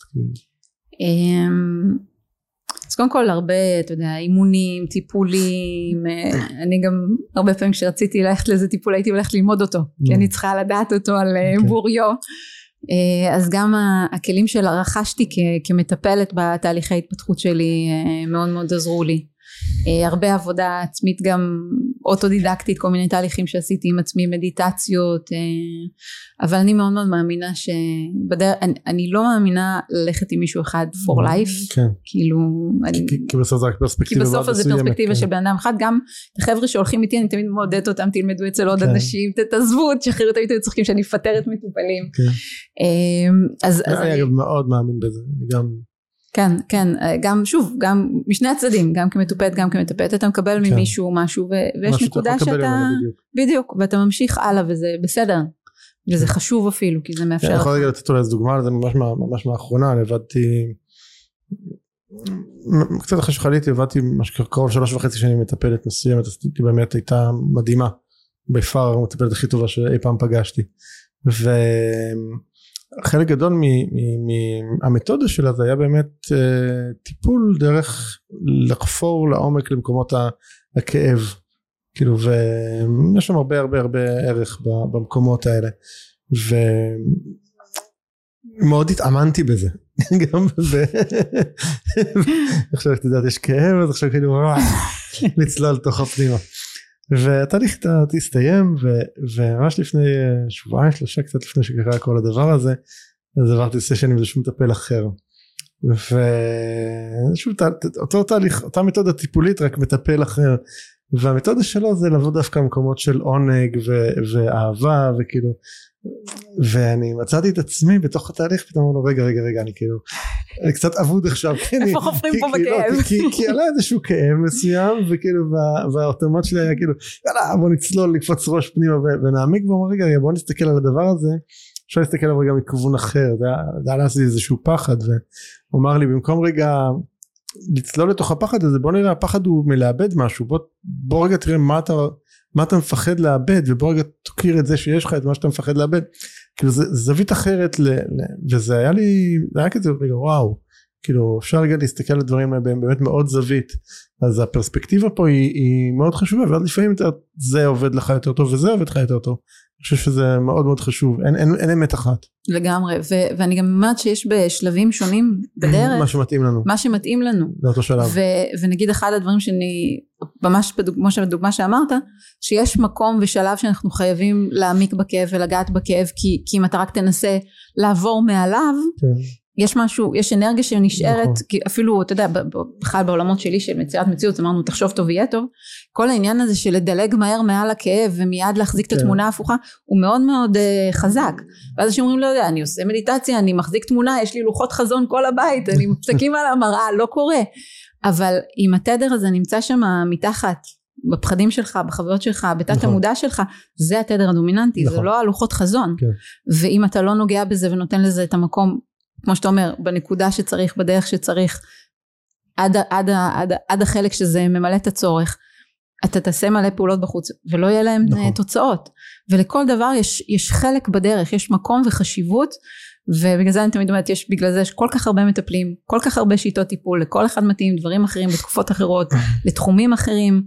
אז קודם כל הרבה, אתה יודע, אימונים, טיפולים, אני גם הרבה פעמים כשרציתי ללכת לאיזה טיפול הייתי הולכת ללמוד אותו, כי אני צריכה לדעת אותו על בוריו, אז גם הכלים שרכשתי כמטפלת בתהליכי ההתפתחות שלי מאוד מאוד עזרו לי. הרבה עבודה עצמית גם אוטודידקטית, כל מיני תהליכים שעשיתי עם עצמי, מדיטציות, אבל אני מאוד מאוד מאמינה שבדרך, אני, אני לא מאמינה ללכת עם מישהו אחד for life, כן. כאילו, אני, כי, כי בסוף זה רק פרספקטיבה, כי בסוף זה פרספקטיבה של בן אדם אחד, גם החבר'ה שהולכים איתי, אני תמיד מעודדת אותם, תלמדו אצל עוד כן. אנשים, תתעזבו, תשחררו, תמיד היו צוחקים שאני מפטרת מטופלים. כן. אז, אז אני, אני מאוד מאמין בזה, גם... כן, כן, גם שוב, גם משני הצדדים, גם כמטופלת, גם כמטפלת, אתה מקבל כן. ממישהו משהו, ו- ויש נקודה שאתה, בדיוק. בדיוק, ואתה ממשיך הלאה, וזה בסדר, וזה כן. חשוב אפילו, כי זה מאפשר. אני יכול רגע לתת אולי איזו דוגמה, זה ממש, ממש מאחרונה, אני עבדתי, קצת אחרי שחליתי, עבדתי משהו קרוב שלוש וחצי שנים מטפלת מסוימת, אז באמת הייתה מדהימה, בפאר המטפלת הכי טובה שאי פעם פגשתי, ו... חלק גדול מהמתודה שלה זה היה באמת טיפול דרך לחפור לעומק למקומות הכאב, כאילו, ויש שם הרבה הרבה הרבה ערך במקומות האלה, ומאוד התאמנתי בזה, גם בזה, עכשיו אתה יודעת, יש כאב, אז עכשיו כאילו, לצלול תוך הפנימה, והתהליך תסתיים, וממש לפני שבועיים, שלושה קצת לפני שקרה כל הדבר הזה, אז עברתי סשן עם איזשהו מטפל אחר, ושוב, אותו תהליך, אותה מתודה טיפולית, רק מטפל אחר, והמתודה שלו זה לבוא דווקא מקומות של עונג ו- ואהבה וכאילו, ואני מצאתי את עצמי בתוך התהליך, פתאום אמרו לו רגע רגע רגע אני כאילו אני קצת אבוד עכשיו, איפה חופרים פה בכאב? כי, כי, כי עלה איזשהו כאב מסוים, וכאילו וה, והאוטומט שלי היה כאילו יאללה בוא נצלול נקפוץ ראש פנימה ונעמיק, ואומר רגע רגע בוא נסתכל על הדבר הזה, אפשר להסתכל עליו רגע מכיוון אחר, זה היה לעשות איזשהו פחד, והוא אמר לי במקום רגע לצלול לתוך הפחד הזה, בוא נראה, הפחד הוא מלאבד משהו, בוא, בוא רגע תראה מה אתה, מה אתה מפחד לאבד, ובוא רגע תכיר את זה שיש לך את מה שאתה מפחד לאבד, כאילו זה זווית אחרת, ל, ל, וזה היה לי, זה היה כזה רגע וואו, כאילו אפשר רגע להסתכל על הדברים האלה באמת מאוד זווית, אז הפרספקטיבה פה היא, היא מאוד חשובה, ועד לפעמים זה עובד לך יותר טוב, וזה עובד לך יותר טוב, אני חושב שזה מאוד מאוד חשוב, אין, אין, אין אמת אחת. לגמרי, ו- ואני גם אומרת שיש בשלבים שונים בדרך, מה שמתאים לנו. מה שמתאים לנו. לאותו שלב. ו- ונגיד אחד הדברים שאני, ממש בדוגמה, בדוגמה שאמרת, שיש מקום ושלב שאנחנו חייבים להעמיק בכאב ולגעת בכאב, כי, כי אם אתה רק תנסה לעבור מעליו, כן. יש משהו, יש אנרגיה שנשארת, נכון. כי אפילו, אתה יודע, בכלל בעולמות שלי של מציאת מציאות, אמרנו, תחשוב טוב יהיה טוב, כל העניין הזה של לדלג מהר מעל הכאב, ומיד להחזיק כן. את התמונה ההפוכה, הוא מאוד מאוד uh, חזק, ואז שאומרים, לא יודע, אני עושה מדיטציה, אני מחזיק תמונה, יש לי לוחות חזון כל הבית, אני מפסקים על המראה, לא קורה, אבל אם התדר הזה נמצא שם מתחת, בפחדים שלך, בחוויות שלך, בתת נכון. המודע שלך, זה התדר הדומיננטי, נכון. זה לא הלוחות חזון, כן. ואם אתה לא נוגע בזה ונותן לזה את המקום, כמו שאתה אומר, בנקודה שצריך, בדרך שצריך, עד, עד, עד, עד החלק שזה ממלא את הצורך, אתה תעשה מלא פעולות בחוץ, ולא יהיה להם נכון. תוצאות, ולכל דבר יש, יש חלק בדרך, יש מקום וחשיבות, ובגלל זה אני תמיד אומרת, יש בגלל זה יש כל כך הרבה מטפלים, כל כך הרבה שיטות טיפול, לכל אחד מתאים דברים אחרים, בתקופות אחרות, לתחומים אחרים,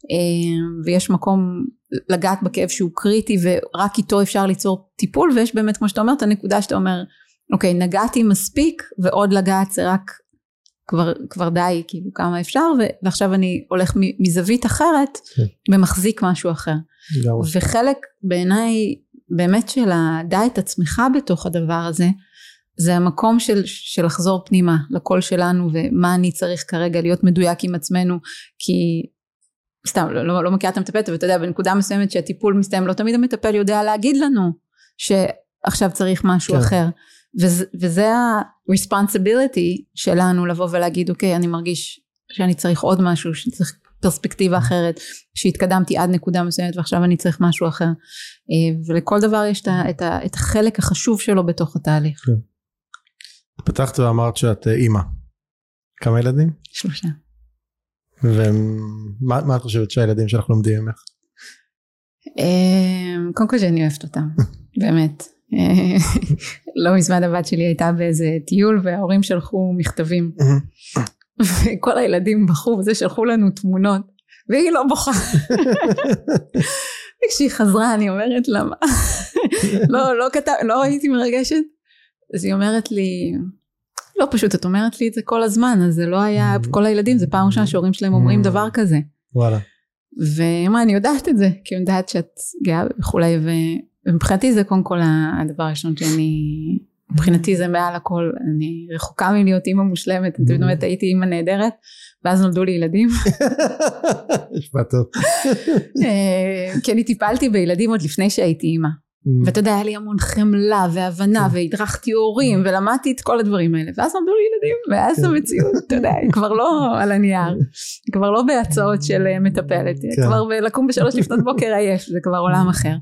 ויש מקום לגעת בכאב שהוא קריטי, ורק איתו אפשר ליצור טיפול, ויש באמת, כמו שאתה אומר, את הנקודה שאתה אומר, אוקיי, נגעתי מספיק, ועוד לגעת זה רק כבר, כבר די, כאילו כמה אפשר, ועכשיו אני הולך מזווית אחרת, ומחזיק משהו אחר. וחלק בעיניי, באמת של הדע את עצמך בתוך הדבר הזה, זה המקום של, של לחזור פנימה, לקול שלנו, ומה אני צריך כרגע להיות מדויק עם עצמנו, כי סתם, לא, לא, לא מכירה את המטפלת, אבל אתה יודע, בנקודה מסוימת שהטיפול מסתיים, לא תמיד המטפל יודע להגיד לנו, שעכשיו צריך משהו כן. אחר, וזה, וזה ה-responsibility שלנו לבוא ולהגיד, אוקיי, אני מרגיש שאני צריך עוד משהו, שצריך פרספקטיבה אחרת, שהתקדמתי עד נקודה מסוימת, ועכשיו אני צריך משהו אחר, ולכל דבר יש את, ה, את החלק החשוב שלו בתוך התהליך. כן. פתחת ואמרת שאת אימא. כמה ילדים? שלושה. ומה מה את חושבת שהילדים שלך לומדים ממך? קודם כל שאני אוהבת אותם, באמת. לא מזמן הבת שלי הייתה באיזה טיול וההורים שלחו מכתבים וכל הילדים בחרו וזה שלחו לנו תמונות והיא לא בוכה. וכשהיא חזרה אני אומרת למה לא, לא, כתב, לא הייתי מרגשת, אז היא אומרת לי לא פשוט, את אומרת לי את זה כל הזמן, אז זה לא היה כל הילדים, זה פעם ראשונה שההורים שלהם אומרים דבר כזה. וואלה. ואמרה אני יודעת את זה כי אני יודעת שאת גאה וכולי, ו ומבחינתי זה קודם כל הדבר הראשון שאני, מבחינתי זה מעל הכל, אני רחוקה מלהיות אימא מושלמת, אני באמת הייתי אימא נהדרת, ואז נולדו לי ילדים. נשמע טוב. כי אני טיפלתי בילדים עוד לפני שהייתי אימא, ואתה יודע, היה לי המון חמלה והבנה, והדרכתי הורים, ולמדתי את כל הדברים האלה, ואז נולדו לי ילדים, ואז המציאות, אתה יודע, כבר לא על הנייר, כבר לא בהצעות של מטפלת, כבר לקום בשלוש לפנות בוקר עייף, זה כבר עולם אחר.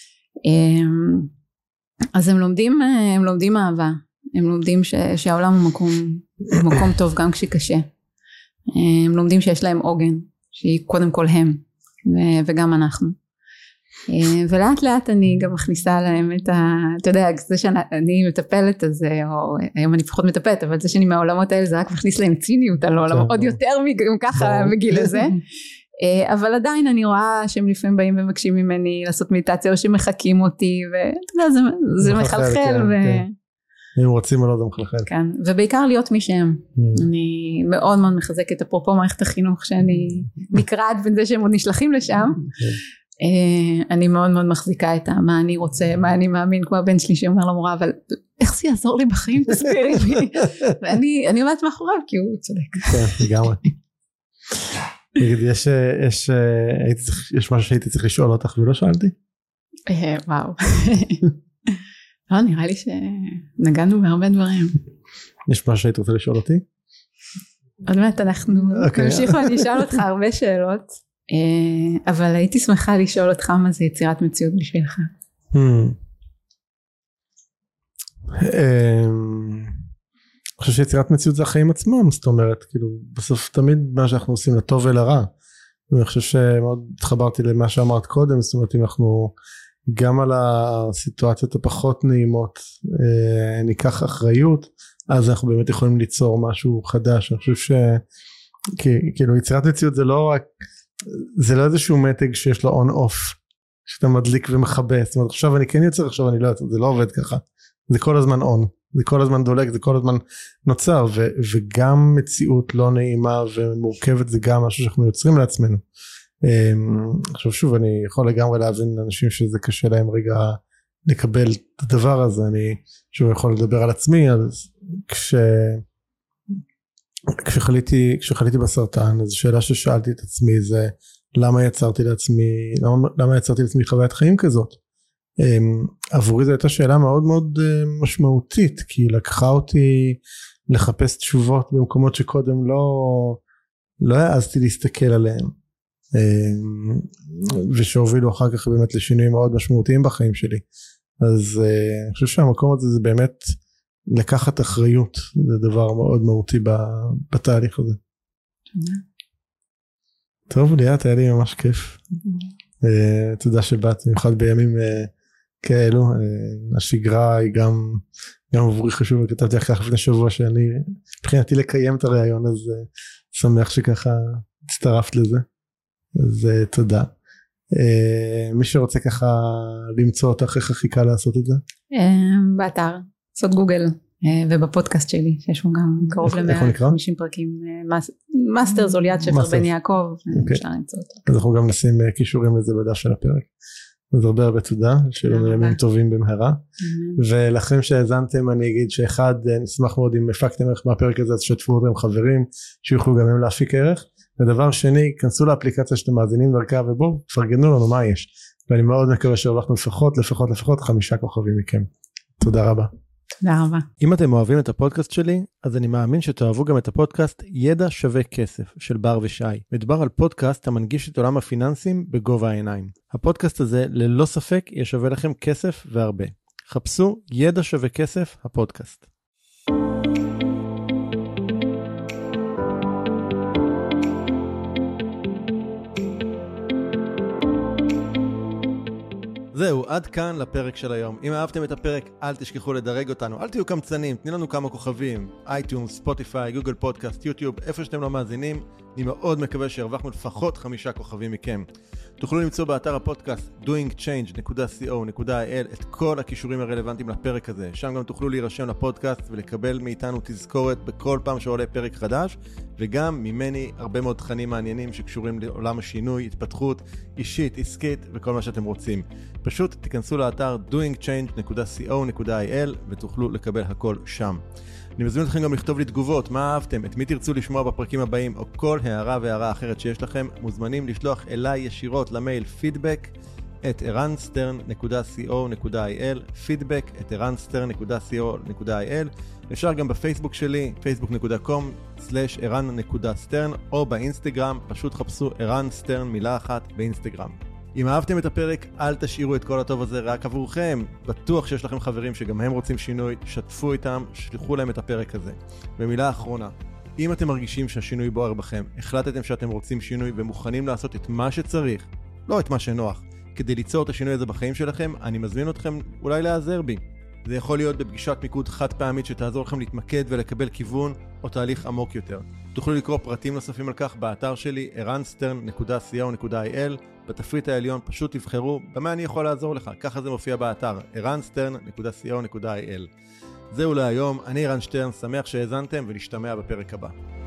אז הם לומדים, הם לומדים אהבה, הם לומדים ש, שהעולם הוא מקום, הוא מקום טוב גם כשקשה, הם לומדים שיש להם עוגן, שהיא קודם כל הם, ו, וגם אנחנו, ולאט לאט אני גם מכניסה להם את ה, אתה יודע, זה שאני מטפלת אז, או היום אני פחות מטפלת, אבל זה שאני מהעולמות האלה זה רק מכניס להם ציניות על העולם, עוד יותר מככה בגיל הזה, אבל עדיין אני רואה שהם לפעמים באים ומקשים ממני לעשות מדיטציה, או שמחכים אותי, ואתה יודע, זה, זה מחלחל. כן, ו... כן. אם רוצים או לא, זה מחלחל. כן, ובעיקר להיות מי שהם. Mm. אני מאוד מאוד מחזקת, אפרופו מערכת החינוך, שאני נקראת בין זה שהם עוד נשלחים לשם. Okay. אני מאוד מאוד מחזיקה את מה אני רוצה, מה אני מאמין, כמו הבן שלי שאומר למורה, אבל איך זה יעזור לי בחיים, תסבירי לי. ואני עומדת מאחוריו, כי הוא צודק. כן, לגמרי. יש, יש, יש משהו שהייתי צריך לשאול אותך ולא שאלתי? וואו. לא, נראה לי שנגענו בהרבה דברים. יש משהו שהיית רוצה לשאול אותי? עוד מעט אנחנו נמשיך ואני אשאל אותך הרבה שאלות, אבל הייתי שמחה לשאול אותך מה זה יצירת מציאות בשבילך. אני חושב שיצירת מציאות זה החיים עצמם, זאת אומרת, כאילו, בסוף תמיד מה שאנחנו עושים לטוב ולרע, ואני חושב שמאוד התחברתי למה שאמרת קודם, זאת אומרת, אם אנחנו גם על הסיטואציות הפחות נעימות אה, ניקח אחריות, אז אנחנו באמת יכולים ליצור משהו חדש. אני חושב שכאילו יצירת מציאות זה לא רק, זה לא איזשהו מתג שיש לו און אוף, שאתה מדליק ומחבא, זאת אומרת, עכשיו אני כן יוצר, עכשיו אני לא יוצר, זה לא עובד ככה, זה כל הזמן און. זה כל הזמן דולק, זה כל הזמן נוצר, ו- וגם מציאות לא נעימה ומורכבת, זה גם משהו שאנחנו יוצרים לעצמנו. עכשיו שוב, אני יכול לגמרי להבין אנשים שזה קשה להם רגע לקבל את הדבר הזה. אני שוב יכול לדבר על עצמי, אז כש... כשחליתי, כשחליתי בסרטן, אז השאלה ששאלתי את עצמי זה, למה יצרתי לעצמי, למה, למה יצרתי לעצמי חוויית חיים כזאת? עבורי זו הייתה שאלה מאוד מאוד משמעותית, כי לקחה אותי לחפש תשובות במקומות שקודם לא, לא העזתי להסתכל עליהם, ושהובילו אחר כך באמת לשינויים מאוד משמעותיים בחיים שלי. אז אני חושב שהמקום הזה זה באמת לקחת אחריות, זה דבר מאוד מהותי בתהליך הזה. טוב ליאת, היה לי ממש כיף. תודה שבאת, במיוחד בימים כאלו. השגרה היא גם גם עבורי חשוב, וכתבתי אחר לפני שבוע שאני מבחינתי לקיים את הרעיון, אז שמח שככה הצטרפת לזה, אז תודה. מי שרוצה ככה למצוא אותך, איך הכי קל לעשות את זה? באתר, לעשות גוגל, ובפודקאסט שלי שיש בו גם קרוב ל-מאה וחמישים פרקים, מאסטר זוליית שפר בן יעקב, אפשר למצוא אותו. אז אנחנו גם נשים קישורים לזה בדף של הפרק. אז הרבה הרבה תודה, שיהיו לנו ימים טובים במהרה, ולכם שהאזנתם אני אגיד שאחד, נשמח מאוד אם הפקתם ערך מהפרק הזה, אז שתפו אותם חברים שיוכלו גם הם להפיק ערך, ודבר שני, כנסו לאפליקציה שאתם מאזינים דרכה ובואו תפרגנו לנו מה יש, ואני מאוד מקווה שהרווחנו לפחות לפחות לפחות חמישה כוכבים מכם. תודה רבה. תודה רבה. אם אתם אוהבים את הפודקאסט שלי, אז אני מאמין שתאהבו גם את הפודקאסט ידע שווה כסף של בר ושי. מדובר על פודקאסט המנגיש את עולם הפיננסים בגובה העיניים. הפודקאסט הזה ללא ספק ישווה לכם כסף והרבה. חפשו ידע שווה כסף הפודקאסט. זהו, עד כאן לפרק של היום. אם אהבתם את הפרק, אל תשכחו לדרג אותנו. אל תהיו קמצנים, תני לנו כמה כוכבים. אייטיונס, ספוטיפיי, גוגל פודקאסט, יוטיוב, איפה שאתם לא מאזינים. אני מאוד מקווה שהרווחנו לפחות חמישה כוכבים מכם. תוכלו למצוא באתר הפודקאסט doing change dot co dot il את כל הכישורים הרלוונטיים לפרק הזה. שם גם תוכלו להירשם לפודקאסט ולקבל מאיתנו תזכורת בכל פעם שעולה פרק חדש, וגם ממני הרבה מאוד תכנים מעניינים שקשורים לעולם השינוי, התפתחות אישית, עסקית וכל מה שאתם רוצים. פשוט תיכנסו לאתר doing change dot co dot il ותוכלו לקבל הכל שם. אני מזמין אתכם גם לכתוב לי תגובות, מה אהבתם, את מי תרצו לשמוע בפרקים הבאים, או כל הערה והערה אחרת שיש לכם, מוזמנים לשלוח אליי ישירות למייל feedback at ערן סטרן dot co dot il, feedback at ערן סטרן dot co dot il. אפשר גם בפייסבוק שלי, facebook dot com slash ערן סטרן, או באינסטגרם, פשוט חפשו ערן סטרן מילה אחת באינסטגרם. אם אהבתם את הפרק, אל תשאירו את כל הטוב הזה רק עבורכם. בטוח שיש לכם חברים שגם הם רוצים שינוי, שתפו איתם, שלחו להם את הפרק הזה. במילה האחרונה, אם אתם מרגישים שהשינוי בוער בכם, החלטתם שאתם רוצים שינוי ומוכנים לעשות את מה שצריך, לא את מה שנוח, כדי ליצור את השינוי הזה בחיים שלכם, אני מזמין אתכם אולי להיעזר בי. זה יכול להיות בפגישת מיקוד חד פעמית שתעזור לכם להתמקד ולקבל כיוון או תהליך עמוק יותר. תוכלו לקרוא פרטים נוספים על כך באתר שלי ערן סטרן נקודה סי או נקודה איי אל. בתפריט העליון פשוט תבחרו במה אני יכול לעזור לך, ככה זה מופיע באתר ערן סטרן נקודה סי או נקודה איי אל. זהו להיום, אני ערן שטרן, שמח שהאזנתם ונשתמע בפרק הבא.